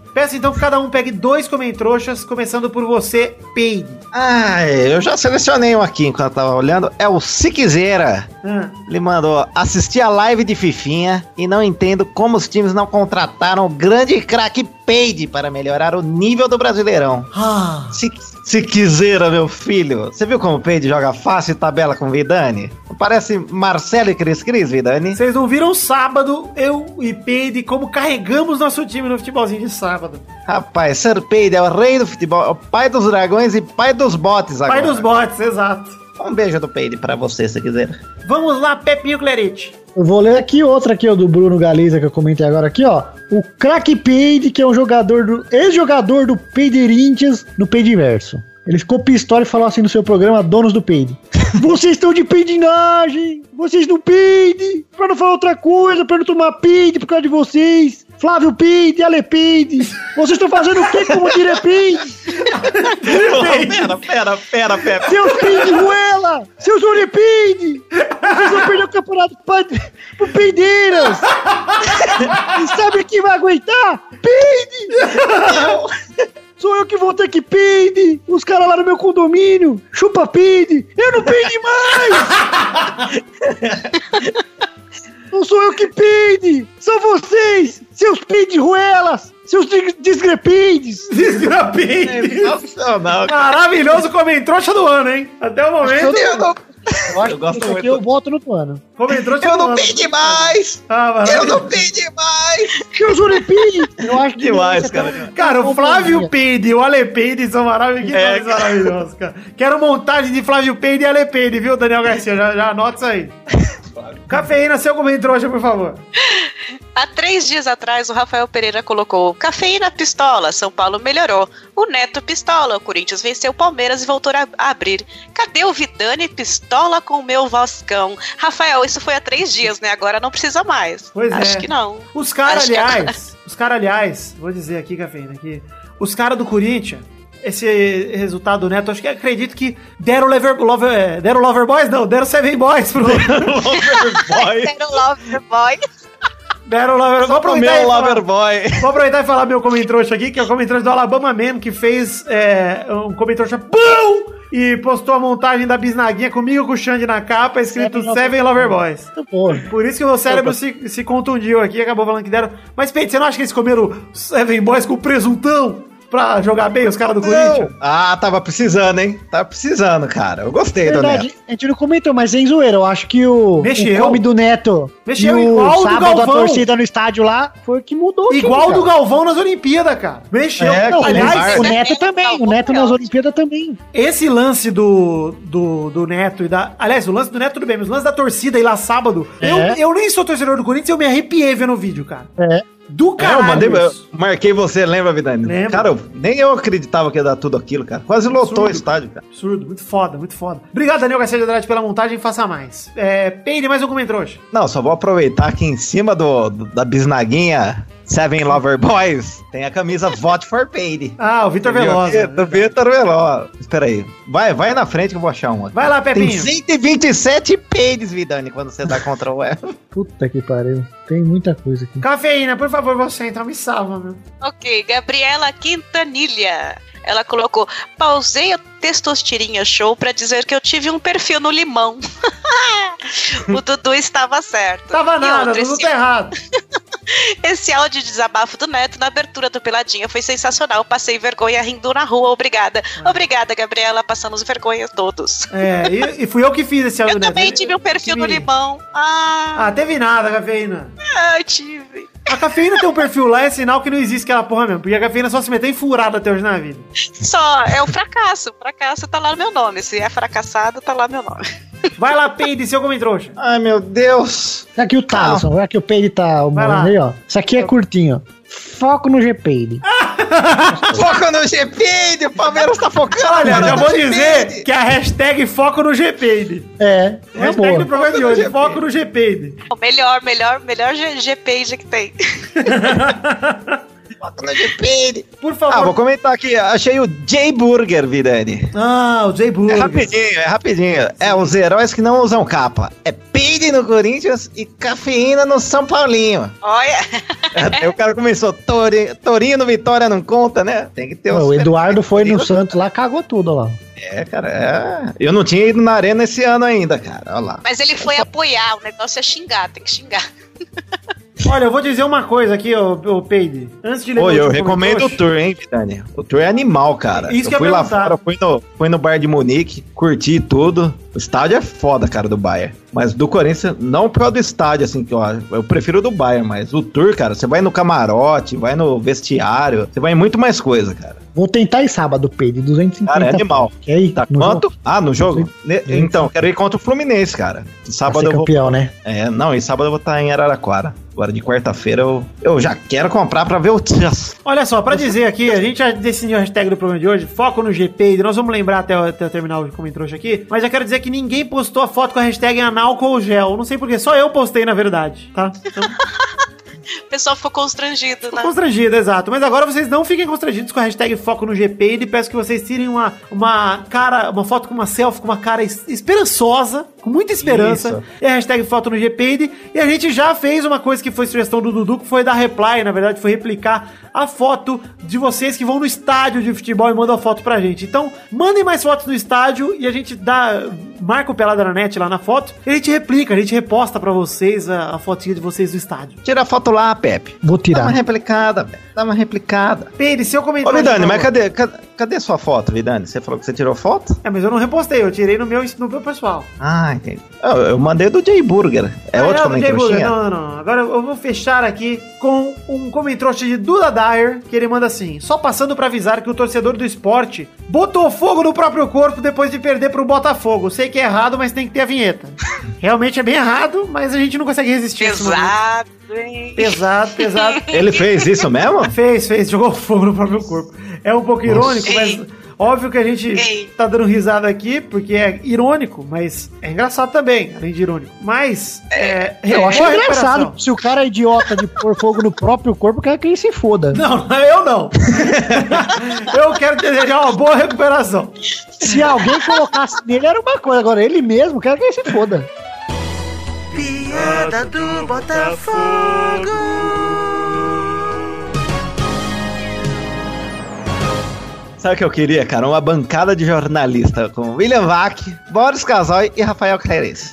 Peço então que cada um pegue dois comentroxas, começando por você, Peide. Ah, eu já selecionei um aqui enquanto eu tava olhando. É o Siquezeira. Ah. Ele mandou assistir a live de Fifinha e não entendo como os times não contrataram o grande craque Peide para melhorar o nível do Brasileirão. Ah, Se, se quiser, meu filho. Você viu como o Peide joga fácil e tabela com o Vidani? Parece Marcelo e Cris Cris, Vidani. Vocês não viram sábado, eu e Peide, como carregamos nosso time no futebolzinho de sábado. Rapaz, Sir Peide é o rei do futebol, é o pai dos dragões e pai dos botes agora. Pai dos botes, exato. Um beijo do Peide pra você, se quiser. Vamos lá, Pepinho Clerete. Eu vou ler aqui outra aqui, ó, do Bruno Galiza, que eu comentei agora aqui, ó. O craque Peide, que é um jogador do ex-jogador do Peiderintias no Peidiverso. Ele ficou pistola e falou assim no seu programa, Donos do Peide. Vocês estão de peidinagem! Vocês não peidem! Pra não falar outra coisa, pra não tomar peide por causa de vocês! Flávio Peide, Ale Peide! Vocês estão fazendo o quê como dire Peide? Pera, pera, pera, pera. Seus Peide Ruela! Seus Orepeide! Vocês vão perder o campeonato pro, pro Peideiras! E sabe quem vai aguentar? Peide! Sou eu que vou ter que peide! Os caras lá no meu condomínio! Chupa peide! Eu não peide mais! Não sou eu que peide! São vocês! Seus peide-ruelas! Seus desgrepeides! Desgrepeides! Sensacional, cara. Maravilhoso comentrouxa do ano, hein? Até o momento. Eu não, Eu acho Eu gosto que isso muito. aqui eu voto no plano. Comentrouxa eu do não ano. pedi mais! Ah, Eu não maravilhoso. pedi mais! Seus Orepeide! Eu acho que Demais, você cara. tá- Cara, o Flávio Peide e o Ale Peide são maravilhosos. Que É, nomes maravilhosos, cara. Quero montagem de Flávio Peide e Ale Peide, viu, Daniel Garcia? Já, já anota isso aí. Cafeína, seu comentrouxa, por favor. Há três dias atrás, o Rafael Pereira colocou cafeína pistola, São Paulo melhorou. O Neto pistola, o Corinthians venceu o Palmeiras e voltou a abrir. Cadê o Vidani pistola com o meu Vascão? Rafael, isso foi há três dias, né? Agora não precisa mais. Pois Acho é. que não. Os caras, Acho que aliás, os caras, aliás, vou dizer aqui, Cafeína, que os caras do Corinthians, esse resultado do Neto, acho que acredito que deram Lover, Lover, é, deram Lover Boys, não, deram Seven Boys pro... Boy. Quero Lover Boy. deram Lover... Vou aproveitar, Meu e falar, Loverboy. vou aproveitar e falar meu comentrouxa aqui, que é o comentrouxa do Alabama Man, que fez é, um comentrouxa BUM! E postou a montagem da bisnaguinha comigo com o Xande na capa, escrito Seven Seven Lover Boys. Muito bom. Por isso que o meu cérebro se, se contundiu aqui e acabou falando que deram. Mas, Peito, você não acha que eles comeram Seven Boys com presuntão pra jogar bem os caras do Corinthians? Ah, tava precisando, hein? Tava precisando, cara. Eu gostei do Verdade, Neto. a gente não comentou, mas sem zoeira, eu acho que o, Mexeu. o come do Neto Mexeu e igual o do sábado a Galvão. torcida no estádio lá foi o que mudou. o time, Igual do cara. Galvão nas Olimpíadas, cara. Mexeu. É, Não, Aliás, Neymar. o Neto também, o Neto nas Olimpíadas também. esse lance do, do, do Neto e da... Aliás, o lance do Neto tudo bem, mas o lance da torcida aí lá sábado... É. Eu, eu nem sou torcedor do Corinthians, eu me arrepiei vendo o vídeo, cara. É. Do É, caralho. eu mandei, eu isso. marquei você, lembra, Vidani? Lembro. Cara, eu- nem eu acreditava que ia dar tudo aquilo, cara. Quase lotou Absurdo. o estádio, cara. Absurdo, muito foda, muito foda. Obrigado, Daniel Garcia de Andrade, pela montagem, faça mais. É, Peide, mais um comentrouxa. Não, só vou aproveitar que em cima do, do- da bisnaguinha Seven Lover Boys tem a camisa Vote for Peide. Ah, o Vitor Velosa. Do Vitor Velosa. Espera aí. Vai, vai na frente que eu vou achar uma. Vai lá, Tem Pepinho. cento e vinte e sete Peides, Vidani, quando você dá contra o F. Puta que pariu. Tem muita coisa aqui. Cafeína, por favor, você então me salva, meu. Ok, Gabriela Quintanilha. Ela colocou, pausei o Testostirinha Show pra dizer que eu tive um perfil no limão. O Dudu estava certo. Tava E nada, outro, tudo esse, tá errado. esse áudio de desabafo do Neto na abertura do Peladinha foi sensacional. Passei vergonha rindo na rua, obrigada. Obrigada, Gabriela, passamos vergonha todos. É, e, e fui eu que fiz esse áudio Eu do Neto. também tive um perfil no tive. limão. Ah, Ah, teve nada, Cafeína. ah, tive. A Cafeína tem um perfil lá, é sinal que não existe aquela porra mesmo. Porque a Cafeína só se meteu em furada até hoje na vida. Só, é o fracasso. O fracasso tá lá no meu nome. Se é fracassado, tá lá meu nome. Vai lá, Peide, seu comentrouxa. Ai, meu Deus. Aqui o Thaleson, aqui o Peide tá o Vai lá. aí, ó. Isso aqui é curtinho, ó. Foco no G-Peide. Foca no G-Peide, o Palmeiras tá focando. Olha, agora já no vou dizer G-Peide. que a hashtag foco no G-Peide. É, é Hashtag do boa. programa de hoje, foco no G-Peide. O melhor, melhor, melhor G- G-Page que tem. Foto no G-Peide. Por favor. Ah, vou comentar aqui. Achei o J-Burger, Vidani. Ah, o É J-Burger. rapidinho, é rapidinho. É os heróis que não usam capa. É peide no Corinthians e cafeína no São Paulinho. Olha. Aí o cara começou, Tori, Torinho no Vitória não conta, né? Tem que ter Não, os- o Eduardo foi no Santos lá, cagou tudo lá. É, cara, é. Eu não tinha ido na arena esse ano ainda, cara. Olha lá. Mas ele foi apoiar, o negócio é xingar, tem que xingar. Olha, eu vou dizer uma coisa aqui, ô, ô Peide. Antes de ler Oi, o eu último recomendo o comentário, tour, hein, Vitânia? O tour é animal, cara. Isso que eu eu fui ia lá perguntar. fora, fui no, fui no bar de Munique, curti tudo. O estádio é foda, cara, do Bayern. Mas do Corinthians, não por causa do estádio, assim, que eu, eu prefiro o do Bayern, mas o tour, cara, você vai no camarote, vai no vestiário, você vai em muito mais coisa, cara. Vou tentar ir sábado, Pedro, duzentos e cinquenta. Cara, é animal. Quer ir? Tá no quanto? jogo? Ah, no jogo? Ne- Sim. Então, quero ir contra o Fluminense, cara. Pra Sábado ser eu vou. campeão, né? É, não, e sábado eu vou estar em Araraquara. Agora de quarta-feira eu, eu já quero comprar pra ver o Chess. Olha só, pra dizer aqui, a gente já decidiu a hashtag do programa de hoje, foco no G P, nós vamos lembrar até, até eu terminar o comentário aqui, mas já quero dizer que ninguém postou a foto com a hashtag análcool gel, não sei porquê, só eu postei na verdade, tá? Então, O pessoal ficou constrangido, né? constrangido, exato, mas agora vocês não fiquem constrangidos com a hashtag foco no G P e peço que vocês tirem uma, uma cara, uma foto com uma selfie, com uma cara es- esperançosa, com muita esperança, Isso. e a hashtag foto no G P e a gente já fez uma coisa que foi sugestão do Dudu, que foi dar reply, na verdade foi replicar a foto de vocês que vão no estádio de futebol e mandam a foto pra gente. Então, mandem mais fotos no estádio e a gente dá, marca o Pelada na Net lá na foto e a gente replica, a gente reposta pra vocês a, a fotinha de vocês do estádio. Tira a foto lá, Pepe. Vou Dá tirar. uma replicada, velho. Dá uma replicada. Pedro, seu Ô, comentário. Vidani, por mas favor. cadê, cadê, cadê sua foto, Vidani? Você falou que você tirou foto? É, mas eu não repostei, eu tirei no meu, no meu pessoal. Ah, entendi. Eu, eu mandei do J-Burger. É Ah, outro não, do Jay Burger. comentário? Não, não, não. Agora eu vou fechar aqui com um comentário de Duda Dyer, que ele manda assim: só passando pra avisar que o torcedor do esporte botou fogo no próprio corpo depois de perder pro Botafogo. Sei que é errado, mas tem que ter a vinheta. Realmente é bem errado, mas a gente não consegue resistir. a esse momento. Pesado, hein? Pesado, pesado. Ele fez isso mesmo? Fez, fez, jogou fogo no próprio corpo. É um pouco irônico, mas óbvio que a gente Ei. tá dando risada aqui, porque é irônico, mas é engraçado também, além de irônico. Mas, é... Eu acho boa engraçado. recuperação. Se o cara é idiota de pôr fogo no próprio corpo, quer que ele se foda. Não, eu não. Eu quero desejar uma boa recuperação. Se alguém colocasse nele, era uma coisa. Agora, ele mesmo, quer que ele se foda. Piada do Botafogo. Sabe o que eu queria, cara? Uma bancada de jornalista com William Vac, Boris Casoy e Rafael Clarice.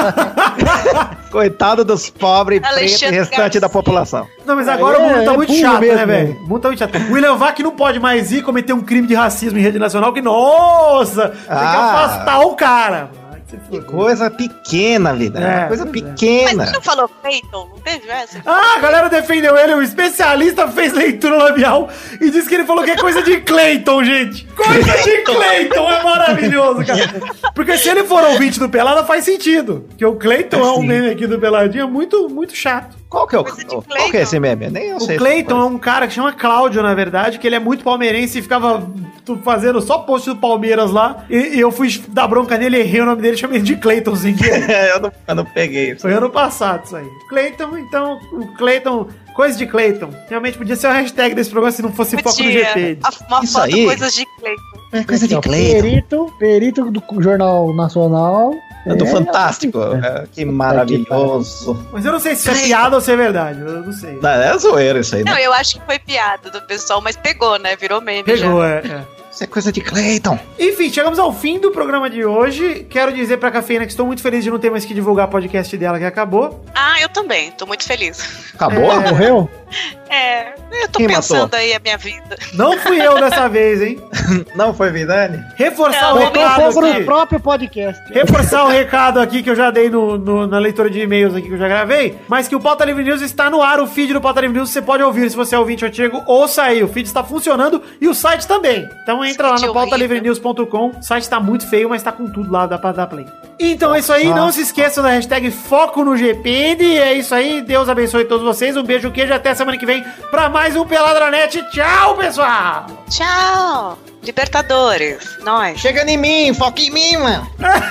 Coitado dos pobres, pretos e Alexandre restante Garcia. da população. Não, mas agora É, o mundo tá é muito burro chato, né, mesmo. velho? O mundo tá muito chato. O William Vac não pode mais ir cometer um crime de racismo em rede nacional, que, nossa, tem que Ah. afastar o cara. Ai, que se Que foda. coisa pequena, vida. É, Uma coisa pois é. Mas pequena. você não falou Clayton? Não teve essa? Ah, a galera defendeu ele, o especialista fez leitura labial e disse que ele falou que é coisa de Clayton, gente. Coisa de Clayton, é maravilhoso, cara. Porque se ele for ouvinte do Pelada, faz sentido. Porque o Clayton é um meme aqui do Peladinha muito, muito chato. Qual que é o Coisa de qual que é Clayton. esse meme? Nem eu sei. O Clayton é um cara que chama Cláudio, na verdade, que ele é muito palmeirense e ficava tu- fazendo só post do Palmeiras lá. E, e eu fui dar bronca nele, errei o nome dele, chamei ele de Clayton, sem querer. eu, não, eu não peguei isso. Foi ano passado isso aí. Clayton, então, o Clayton, coisa de Clayton. Realmente podia ser a hashtag desse programa se não fosse foco no G P. A- Uma Isso foto aí. coisas de Clayton. É coisa Aqui, de ó, Clayton. Perito, perito do Jornal Nacional. É do É, Fantástico. É, que maravilhoso. Mas eu não sei se isso é piada ou se é verdade. Eu não sei. Não, é zoeira isso aí. Não, Né? eu acho que foi piada do pessoal, mas pegou, né? Virou meme Pegou, já. é, é. Isso é coisa de Clayton. Enfim, chegamos ao fim do programa de hoje. Quero dizer pra Cafeína que estou muito feliz de não ter mais que divulgar o podcast dela, que acabou. Ah, eu também. Tô muito feliz. Acabou? É. Morreu? É, eu tô Quem pensando matou? aí a minha vida. Não fui eu dessa vez, hein? Não foi Vidani? Reforçar Não, o Botou recado fogo aqui. no próprio podcast. Reforçar o recado aqui que eu já dei no, no- na leitura de e-mails aqui que eu já gravei, mas que o Pauta Livre News está no ar, o feed do Pauta Livre News você pode ouvir se você é ouvinte antigo ou sair. O feed está funcionando e o site também. Então entra lá Site no pauta livre news ponto com. O site está muito feio, mas está com tudo lá, dá pra dar play. Então é isso aí, não se esqueçam da hashtag Foco no G P. E é isso aí, Deus abençoe todos vocês. Um beijo, queijo, até semana que vem pra mais um Peladranet. Tchau, pessoal! Tchau! Libertadores. Nós. Chega em mim, foca em mim, mano.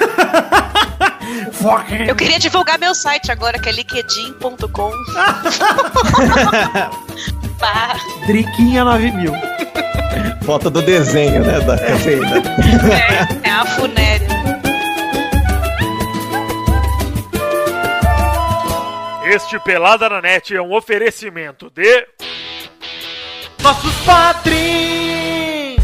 Foco! Eu queria divulgar meu site agora, que é liquidin ponto com. Pá. Driquinha nove mil. Foto do desenho, né, da cafeína. É, é a funéria. Este Pelada na Net é um oferecimento de... Nossos padrinhos!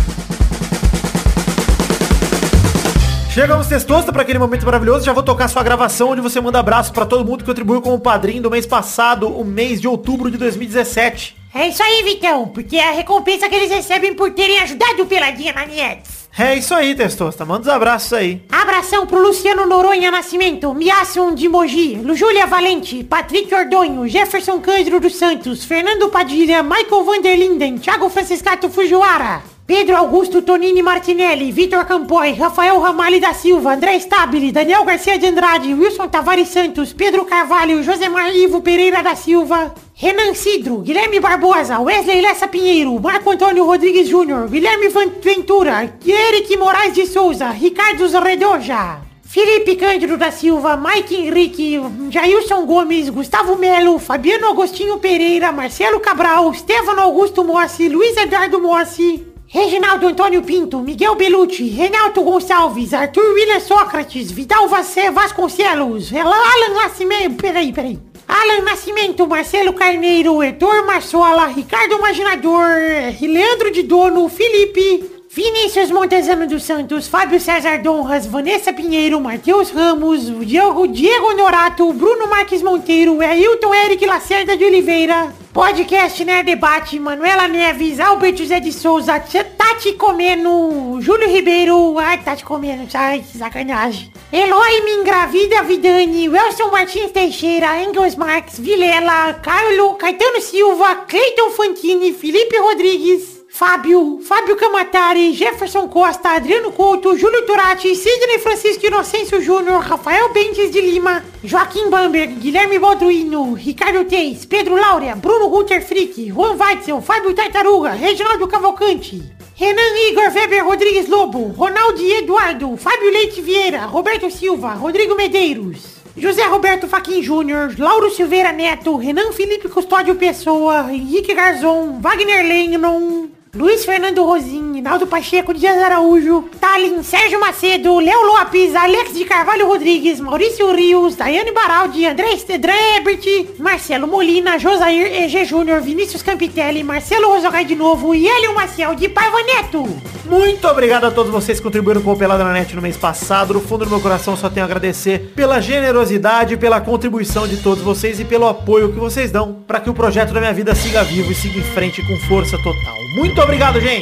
Chegamos Testosta para aquele momento maravilhoso. Já vou tocar sua gravação onde você manda abraço para todo mundo que contribuiu como padrinho do mês passado, o mês de outubro de dois mil e dezessete. É isso aí, Vitão, porque é a recompensa que eles recebem por terem ajudado o Peladinha na Nietzsche. É isso aí, Testosta. Manda os abraços aí. Abração pro Luciano Noronha Nascimento, Miasson de Mogi, Júlia Valente, Patrick Ordonho, Jefferson Cândido dos Santos, Fernando Padilha, Michael Vanderlinden, Thiago Franciscato Fujiwara, Pedro Augusto Tonini Martinelli, Vitor Campoy, Rafael Ramalho da Silva, André Stabile, Daniel Garcia de Andrade, Wilson Tavares Santos, Pedro Carvalho, Josemar Ivo Pereira da Silva, Renan Cidro, Guilherme Barbosa, Wesley Lessa Pinheiro, Marco Antônio Rodrigues Júnior, Guilherme Ventura, Eric Moraes de Souza, Ricardo Redoja, Felipe Cândido da Silva, Mike Henrique, Jailson Gomes, Gustavo Melo, Fabiano Agostinho Pereira, Marcelo Cabral, Stefano Augusto Mossi, Luiz Eduardo Mossi, Reginaldo Antônio Pinto, Miguel Belucci, Renato Gonçalves, Arthur William Sócrates, Vidal Vassé Vasconcelos, Alan Nascimento, peraí, peraí. Alan Nascimento, Marcelo Carneiro, Heitor Marçola, Ricardo Imaginador, Leandro de Dono, Felipe, Vinícius Montezano dos Santos, Fábio César Donras, Vanessa Pinheiro, Matheus Ramos, Diego, Diego Norato, Bruno Marques Monteiro, Ailton Eric Lacerda de Oliveira, Podcast Nerd Debate, Manuela Neves, Albert José de Souza, Tati Comeno, Júlio Ribeiro, ai, Tati Comeno, ai, que sacanagem. Eloy Me Engravida Vidani, Wilson Martins Teixeira, Engels Marques, Vilela, Carlo, Caetano Silva, Cleiton Fantini, Felipe Rodrigues, Fábio, Fábio Camatari, Jefferson Costa, Adriano Couto, Júlio Turati, Sidney Francisco Inocêncio Júnior, Rafael Bentes de Lima, Joaquim Bamberg, Guilherme Balduino, Ricardo Teis, Pedro Laura, Bruno Guter Frick, Juan Weitzel, Fábio Tartaruga, Reginaldo Cavalcante, Renan Igor Weber Rodrigues Lobo, Ronaldo Eduardo, Fábio Leite Vieira, Roberto Silva, Rodrigo Medeiros, José Roberto Faquin Júnior, Lauro Silveira Neto, Renan Felipe Custódio Pessoa, Henrique Garzon, Wagner Lennon, Luiz Fernando Rosim, Naldo Pacheco Dias Araújo, Talin, Sérgio Macedo, Léo Lopes, Alex de Carvalho Rodrigues, Maurício Rios, Daiane Baraldi, André Ebert, Marcelo Molina, Josair E G Júnior, Vinícius Campitelli, Marcelo Rosogai de Novo e Hélio Maciel de Paiva Neto. Muito obrigado a todos vocês que contribuíram com o Pelada na Net no mês passado. No fundo do meu coração só tenho a agradecer pela generosidade, pela contribuição de todos vocês e pelo apoio que vocês dão para que o projeto da minha vida siga vivo e siga em frente com força total. Muito obrigado, gente!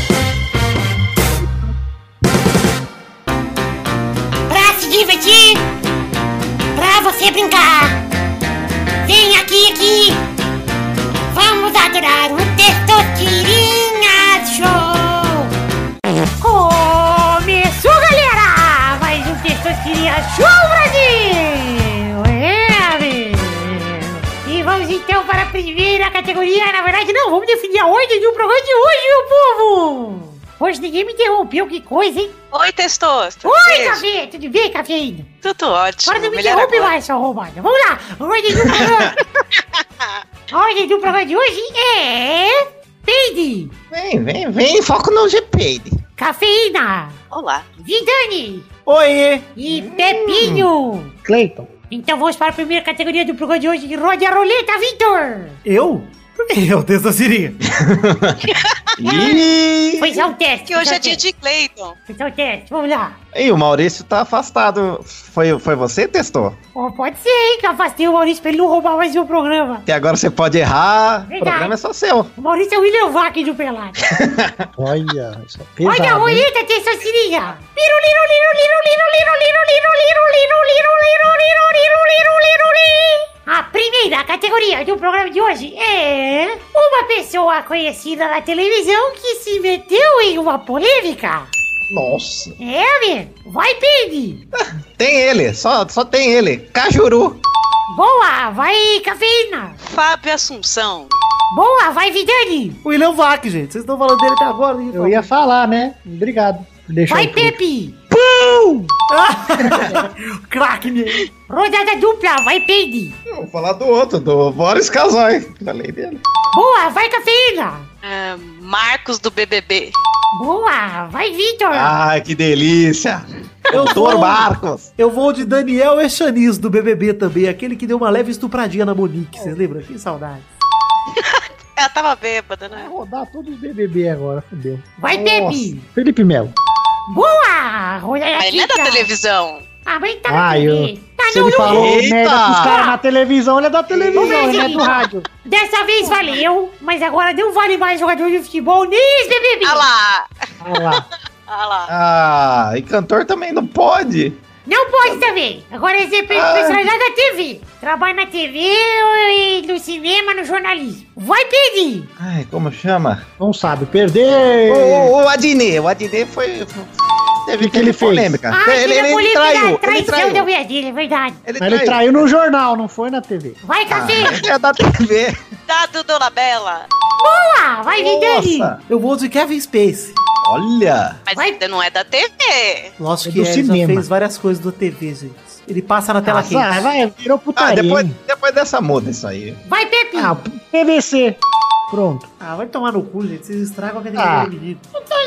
Pra se divertir, pra você brincar, vem aqui, aqui, vamos adorar o Testosterinha Show! Começou, galera! Mais um Testosterinha Show, Brasil! É, meu! E vamos então para a primeira categoria. Na verdade, não, vamos definir a ordem do programa de hoje, meu povo! Hoje ninguém me interrompeu, que coisa, hein? Oi, Testosta. Oi, Café! Tudo bem, Cafeína? Tudo ótimo. Agora não me interrompe mais, sua roubada. Vamos lá! A ordem do programa... a ordem do programa de hoje é... Peide! Vem, vem, vem, foco no G-Peide. Cafeína! Olá. Vidani! Oi! E Pepinho! Cleiton. Então vamos para a primeira categoria do programa de hoje. Rode a roleta, Vitor! Eu? Por que eu, Testosterinha? Ih! Foi só um teste. Que hoje é dia de Cleiton. Foi só um teste, vamos lá. E o Maurício tá afastado. Foi, foi você que testou? Oh, pode ser, hein, que eu afastei o Maurício pra ele não roubar mais o programa. E agora você pode errar. Verdade. O programa é só seu. O Maurício é o William Vac do Pelado. Olha, isso é pesado. Olha a roleta, Testosterinha. Liro, liro, liro, liro, liro, liro, liro, liro, liro, liro, liro, liro, liro, liro, liro, liro, liro. A primeira categoria do programa de hoje é... uma pessoa conhecida na televisão que se meteu em uma polêmica. Nossa. É, amigo. Vai, Peide. Tem ele, só, só tem ele. Cajuru. Boa, vai, Cafeína. Fábio Assunção. Boa, vai, Vidani. O William Vac, gente. Vocês estão falando dele até agora. Eu ia falar, né? Obrigado. Deixa Vai, eu... Pepe. Pum! Gol! Craque mesmo. Rodada dupla, vai, Peide. Eu vou falar do outro, do Boris Casoy. Falei dele. Boa, vai, Cafeína. Ah, Marcos do B B B. Boa, vai, Vitor. Ai, que delícia. Eu Doutor vou- Marcos. Eu vou de Daniel Echanis, do B B B também, aquele que deu uma leve estupradinha na Monique, vocês lembram? Que saudade. Ela tava bêbada, Vai né? rodar todos os B B B agora, fodeu. Vai, Pepe. Felipe Melo. Boa, rodada Mas ele é da tripla. televisão. Ah, mas tá na Ah, T V. eu... Tá Se no ele falou Eita! merda pros caras na televisão, ele é da televisão, Vamos ver, ele é gente. do rádio. Dessa vez valeu, mas agora não vale mais jogador de futebol nem B B B. Ah lá. Olha lá. Ah lá. Ah, e cantor também não pode. Não pode também. Agora é ser Ah. personalidade da T V. Trabalha na T V e no cinema, no jornalismo. Vai pedir. Ai, como chama? Não sabe perder. O, o, o Adnet. O Adnet foi... foi- Teve, Que que ele teve fez? polêmica. Ah, ele, ele, ele polêmica traiu. da Ele traição da traiu. mulher dele, é verdade. Ele Mas ele traiu no jornal, não foi na T V. Vai, café. Ele é da T V. Dado Dona Bela. Boa, vai, Vidani. Nossa. Eu vou de Kevin Spacey. Olha. Mas Vai. ainda não é da T V. Lógico É que do é, ele já cinema. fez várias coisas do T V, gente. Ele passa na tela Ah, vai, quente. vai, virou Ah, putaria. depois, hein? depois dessa muda isso aí. Vai, Pepe. Ah, P V C. Pronto. Ah, vai tomar no cu, gente. Vocês estragam a categoria Ah. do menino.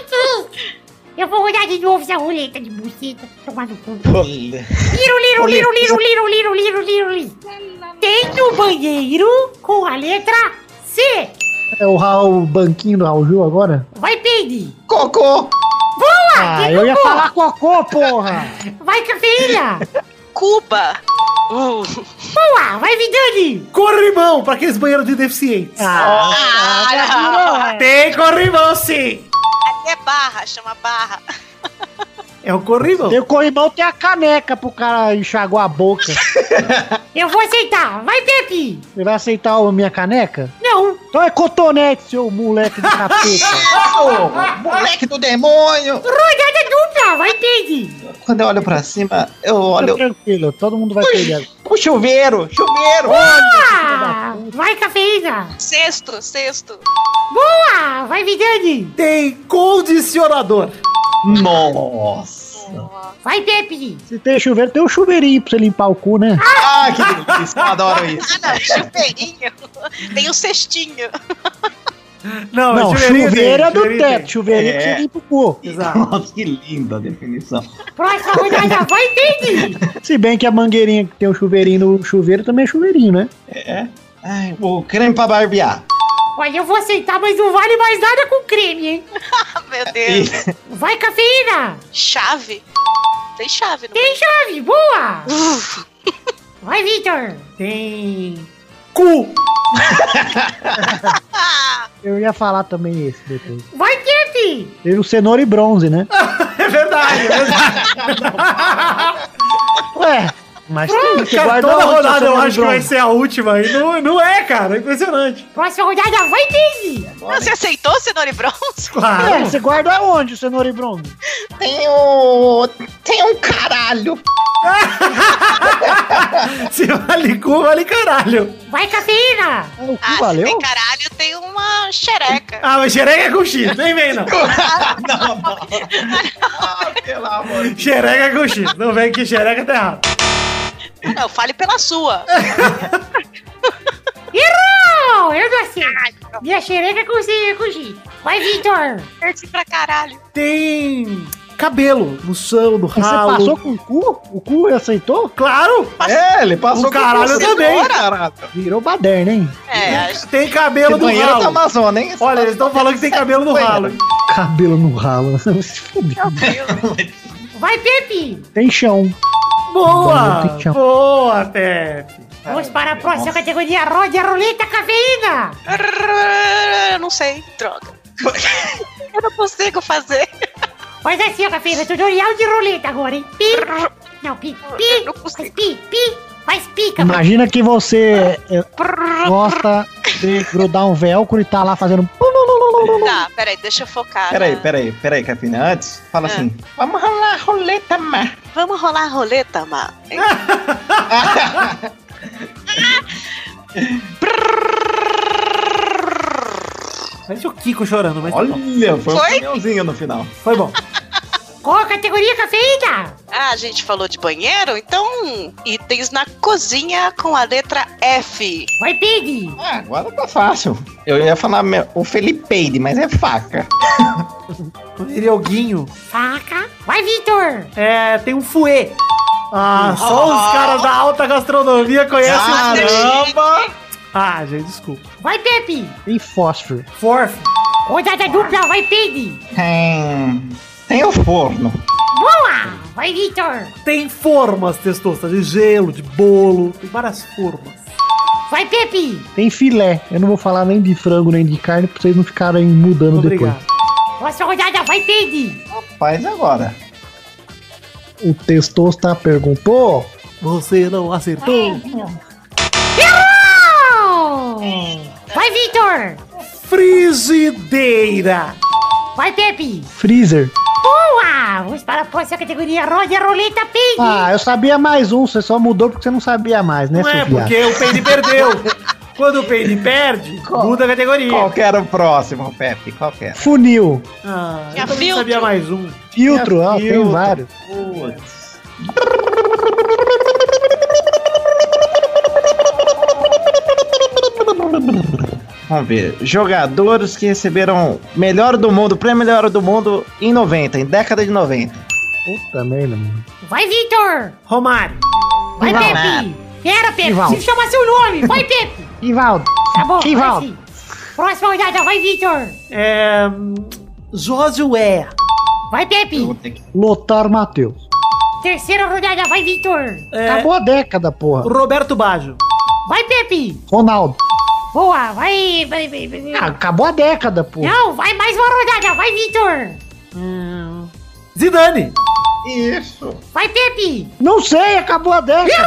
Eu vou rodar de novo essa roleta de buceta. Tomar no cu. Olha. Liro, liro, liro, liro, liro, liro, liro, liro, liro. Tem no banheiro com a letra C. É o, Raul, o banquinho do Raul Gil agora? Vai, Peide. Cocô. Boa, Ah, tem eu ia cocô. falar cocô, porra. Vai, cafeína. Cuba. Uh. Boa, vai, Vidani. Corrimão pra aqueles banheiros de deficientes. Ah, Ah, Tem corrimão, sim. é barra, chama barra. É o corrimão. tem o corrimão, tem a caneca pro cara enxaguar a boca. Eu vou aceitar. Vai, Pepe. Você vai aceitar a minha caneca? Não. Então é cotonete, seu moleque do capeta. Ô, moleque do demônio. Rodada dupla. Vai, Peide. Quando eu olho pra cima, eu Fica olho... tranquilo, todo mundo vai perder. O chuveiro. Chuveiro. Boa. Vai, cafeína. Sexto, sexto. Boa. Vai, Vidani. Tem condicionador. Nossa. Vai, Pepe. Se tem chuveiro, tem um chuveirinho pra você limpar o cu, né? Ah, que delícia. Eu adoro isso. Ah, não, chuveirinho. Tem um cestinho. Não, Não, chuveirinho chuveiro é tem, do chuveirinho teto, tem. chuveirinho que É. você limpa o cu. Exato. Nossa, que linda a definição. Próxima rodada. Vai, Peide. Se bem que a mangueirinha que tem um chuveirinho no chuveiro também é chuveirinho, né? É. Ai, o creme pra barbear. Olha, eu vou aceitar, mas não vale mais nada com creme, hein? Ah, meu Deus. E- Vai, cafeína. Chave. Tem chave, não Tem chave. Boa. Uf. Vai, Vitor. Tem cu. Eu ia falar também esse depois. Vai, Pepe. Tem o cenoura e bronze, né? É verdade, é verdade. Ué, mas tem, você Cara, guarda toda onde, rodada eu cenoura e acho que vai bronze? ser a última. E não, não é, cara. É impressionante. Próxima rodada. Vai, Pepe. Você aceitou cenoura e bronze? Claro. É, você guarda onde o cenoura e bronze? Tem o... Tem um caralho. Se vale cu, vale caralho. Vai, cafeína. Ah, o cu Ah, se valeu? tem caralho, tem uma xereca. Ah, mas xereca é com X. Nem vem, não. Ah, pelo amor de Deus. Xereca é com X. Não vem que xereca tá errado. Não, fale pela sua. Errou. Eu não aceito. Minha xereca é com C, com G. Vai, Vitor. Perdi pra caralho. Tem cabelo no chão, no Você ralo. passou com o cu? O cu aceitou? Claro. É, ele passou O caralho com também. Caralho. Virou baderna, hein? É, acho Tem cabelo Esse no banheiro ralo. da Amazônia, hein? Olha, eles estão falando que tem cabelo no ralo. Cabelo no ralo. Se fudeu. Vai, Pepe. Tem chão. Boa. Tem chão. Boa, Pepe. Vamos para a próxima categoria. Rode a roleta, cafeína. Eu não sei, droga. Eu não consigo fazer. Faz assim, ó, cafeína. Tutorial de roleta agora, hein? Pi. Não, pi, pi. Não Faz consigo. pi, pi. Faz pica. Imagina que você é, gosta de grudar um velcro e tá lá fazendo... Tá, peraí, deixa eu focar. Peraí, na- peraí, peraí, Capina. Antes, fala Ah. assim. Vamos rolar a roleta, mar. Vamos rolar a roleta, Má. Parece o Kiko chorando, mas tá bom. Olha, foi um Foi? caminhãozinho no final. Foi bom. Qual a categoria, cafeína? Ah, a gente falou de banheiro, então itens na cozinha com a letra F. Vai, Pig! Ah, agora tá fácil. Eu ia falar meu- o Felipeide, mas é faca. Ele é o Guinho. Faca. Vai, Vitor! É, tem um fuê. Ah, só os caras da alta gastronomia conhecem o fuê. Caramba! Ah, gente, desculpa. Vai, Pepe! Tem fósforo. Forf. Rodada dupla, vai, Pig! Tem. Tem o forno. Boa! Vai, Vitor! Tem formas, Testosta, de gelo, de bolo. Tem várias formas. Vai, Pepe! Tem filé. Eu não vou falar nem de frango nem de carne pra vocês não ficarem mudando Obrigado. depois. Próxima rodada, vai, Pig! Faz agora. O Testosta perguntou. Você não acertou. Errou! Vai, Vitor! Frigideira. Vai, Pepe! Freezer. Boa! Vamos para a próxima categoria. Roda a roleta, Pig! Ah, eu sabia mais um. Você só mudou porque você não sabia mais, né, Não é seu viado? porque o Peide perdeu. Quando o Peide perde, muda a categoria. Qual que era o próximo, Pepe? Qual que era? Funil. Ah, Tinha eu também filtro. sabia mais um. Filtro, ó, tem filtro. vários. Putz. Vamos ver. Jogadores que receberam melhor do mundo, prêmio melhor do mundo em noventa, em década de noventa. Puta merda, mano. Vai, Vitor! Romário. Vai, Rivaldo. Pepe! Pera, Pepe! Rivaldo. Preciso chamar seu nome! Vai, Pepe! Ivaldo. Tá bom, vai Ivaldo. sim. Próxima rodada, vai, Vitor! É. hum, Josué. Vai, Pepe! Lotar Matheus. Terceira rodada, vai, Vitor! É, Acabou a década, porra. Roberto Baggio. Vai, Pepe! Ronaldo. Boa, vai, vai, vai, vai. Ah, acabou a década, porra. Não, vai mais uma rodada, vai, Vitor! Zidane. Isso. Vai, Pepe! Não sei, acabou a década.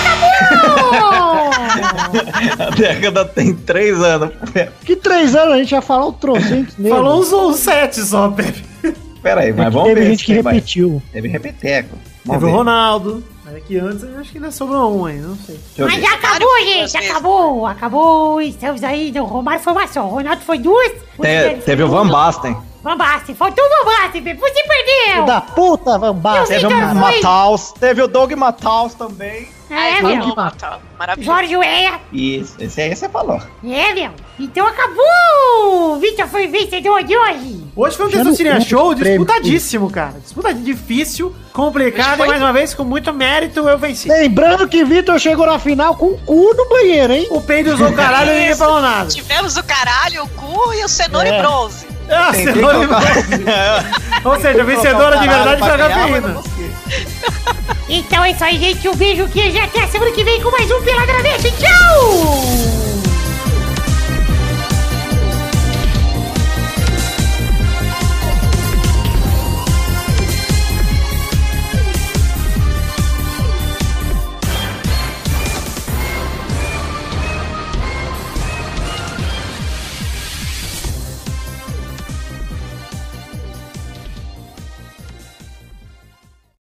A década tem três anos. Que três anos a gente já falou trocentos nele. Falou uns, uns sete só, Pepe. Pera aí, mas É que vamos teve ver. gente se que tem mais. repetiu. Teve repeteco. Vamos Teve o ver. Ronaldo. Mas aqui antes eu acho que ainda sobrou um ainda, não sei. Deixa eu Mas ver. já acabou, Vários gente, vezes. acabou, acabou. Estamos aí, o Romário foi uma só, o Ronaldo foi duas. o Te- Zidane foi teve o uma. Van Basten. Van Basten, faltou o Van Basten, Pepe, você perdeu! Da puta, Van Basten. Teve o Vitor foi. Mataus. Teve o Doug Mataus também. É, Ai, meu. vamos matar. Maravilhoso. Jorge Weah. Isso, esse aí você falou. É, meu. Então acabou! Vitor foi vencedor de hoje. Hoje foi um Já Testosterinha não Show conta o prêmio. disputadíssimo, cara. Disputadíssimo, difícil, complicado Hoje e foi- mais uma vez, com muito mérito, eu venci. Lembrando que Vitor chegou na final com o cu no banheiro, hein? O Peide usou o caralho e ninguém falou nada. Tivemos o caralho, o cu e o cenoura É. e bronze. Ah, Tentei cenoura e colocar- bronze. Ou seja, a vencedora de verdade foi a Pra ganhar, mas cafeína. não consegui. Então é isso aí, gente. Um beijo, queijo e até a semana que vem com mais um Peladranet. Tchau!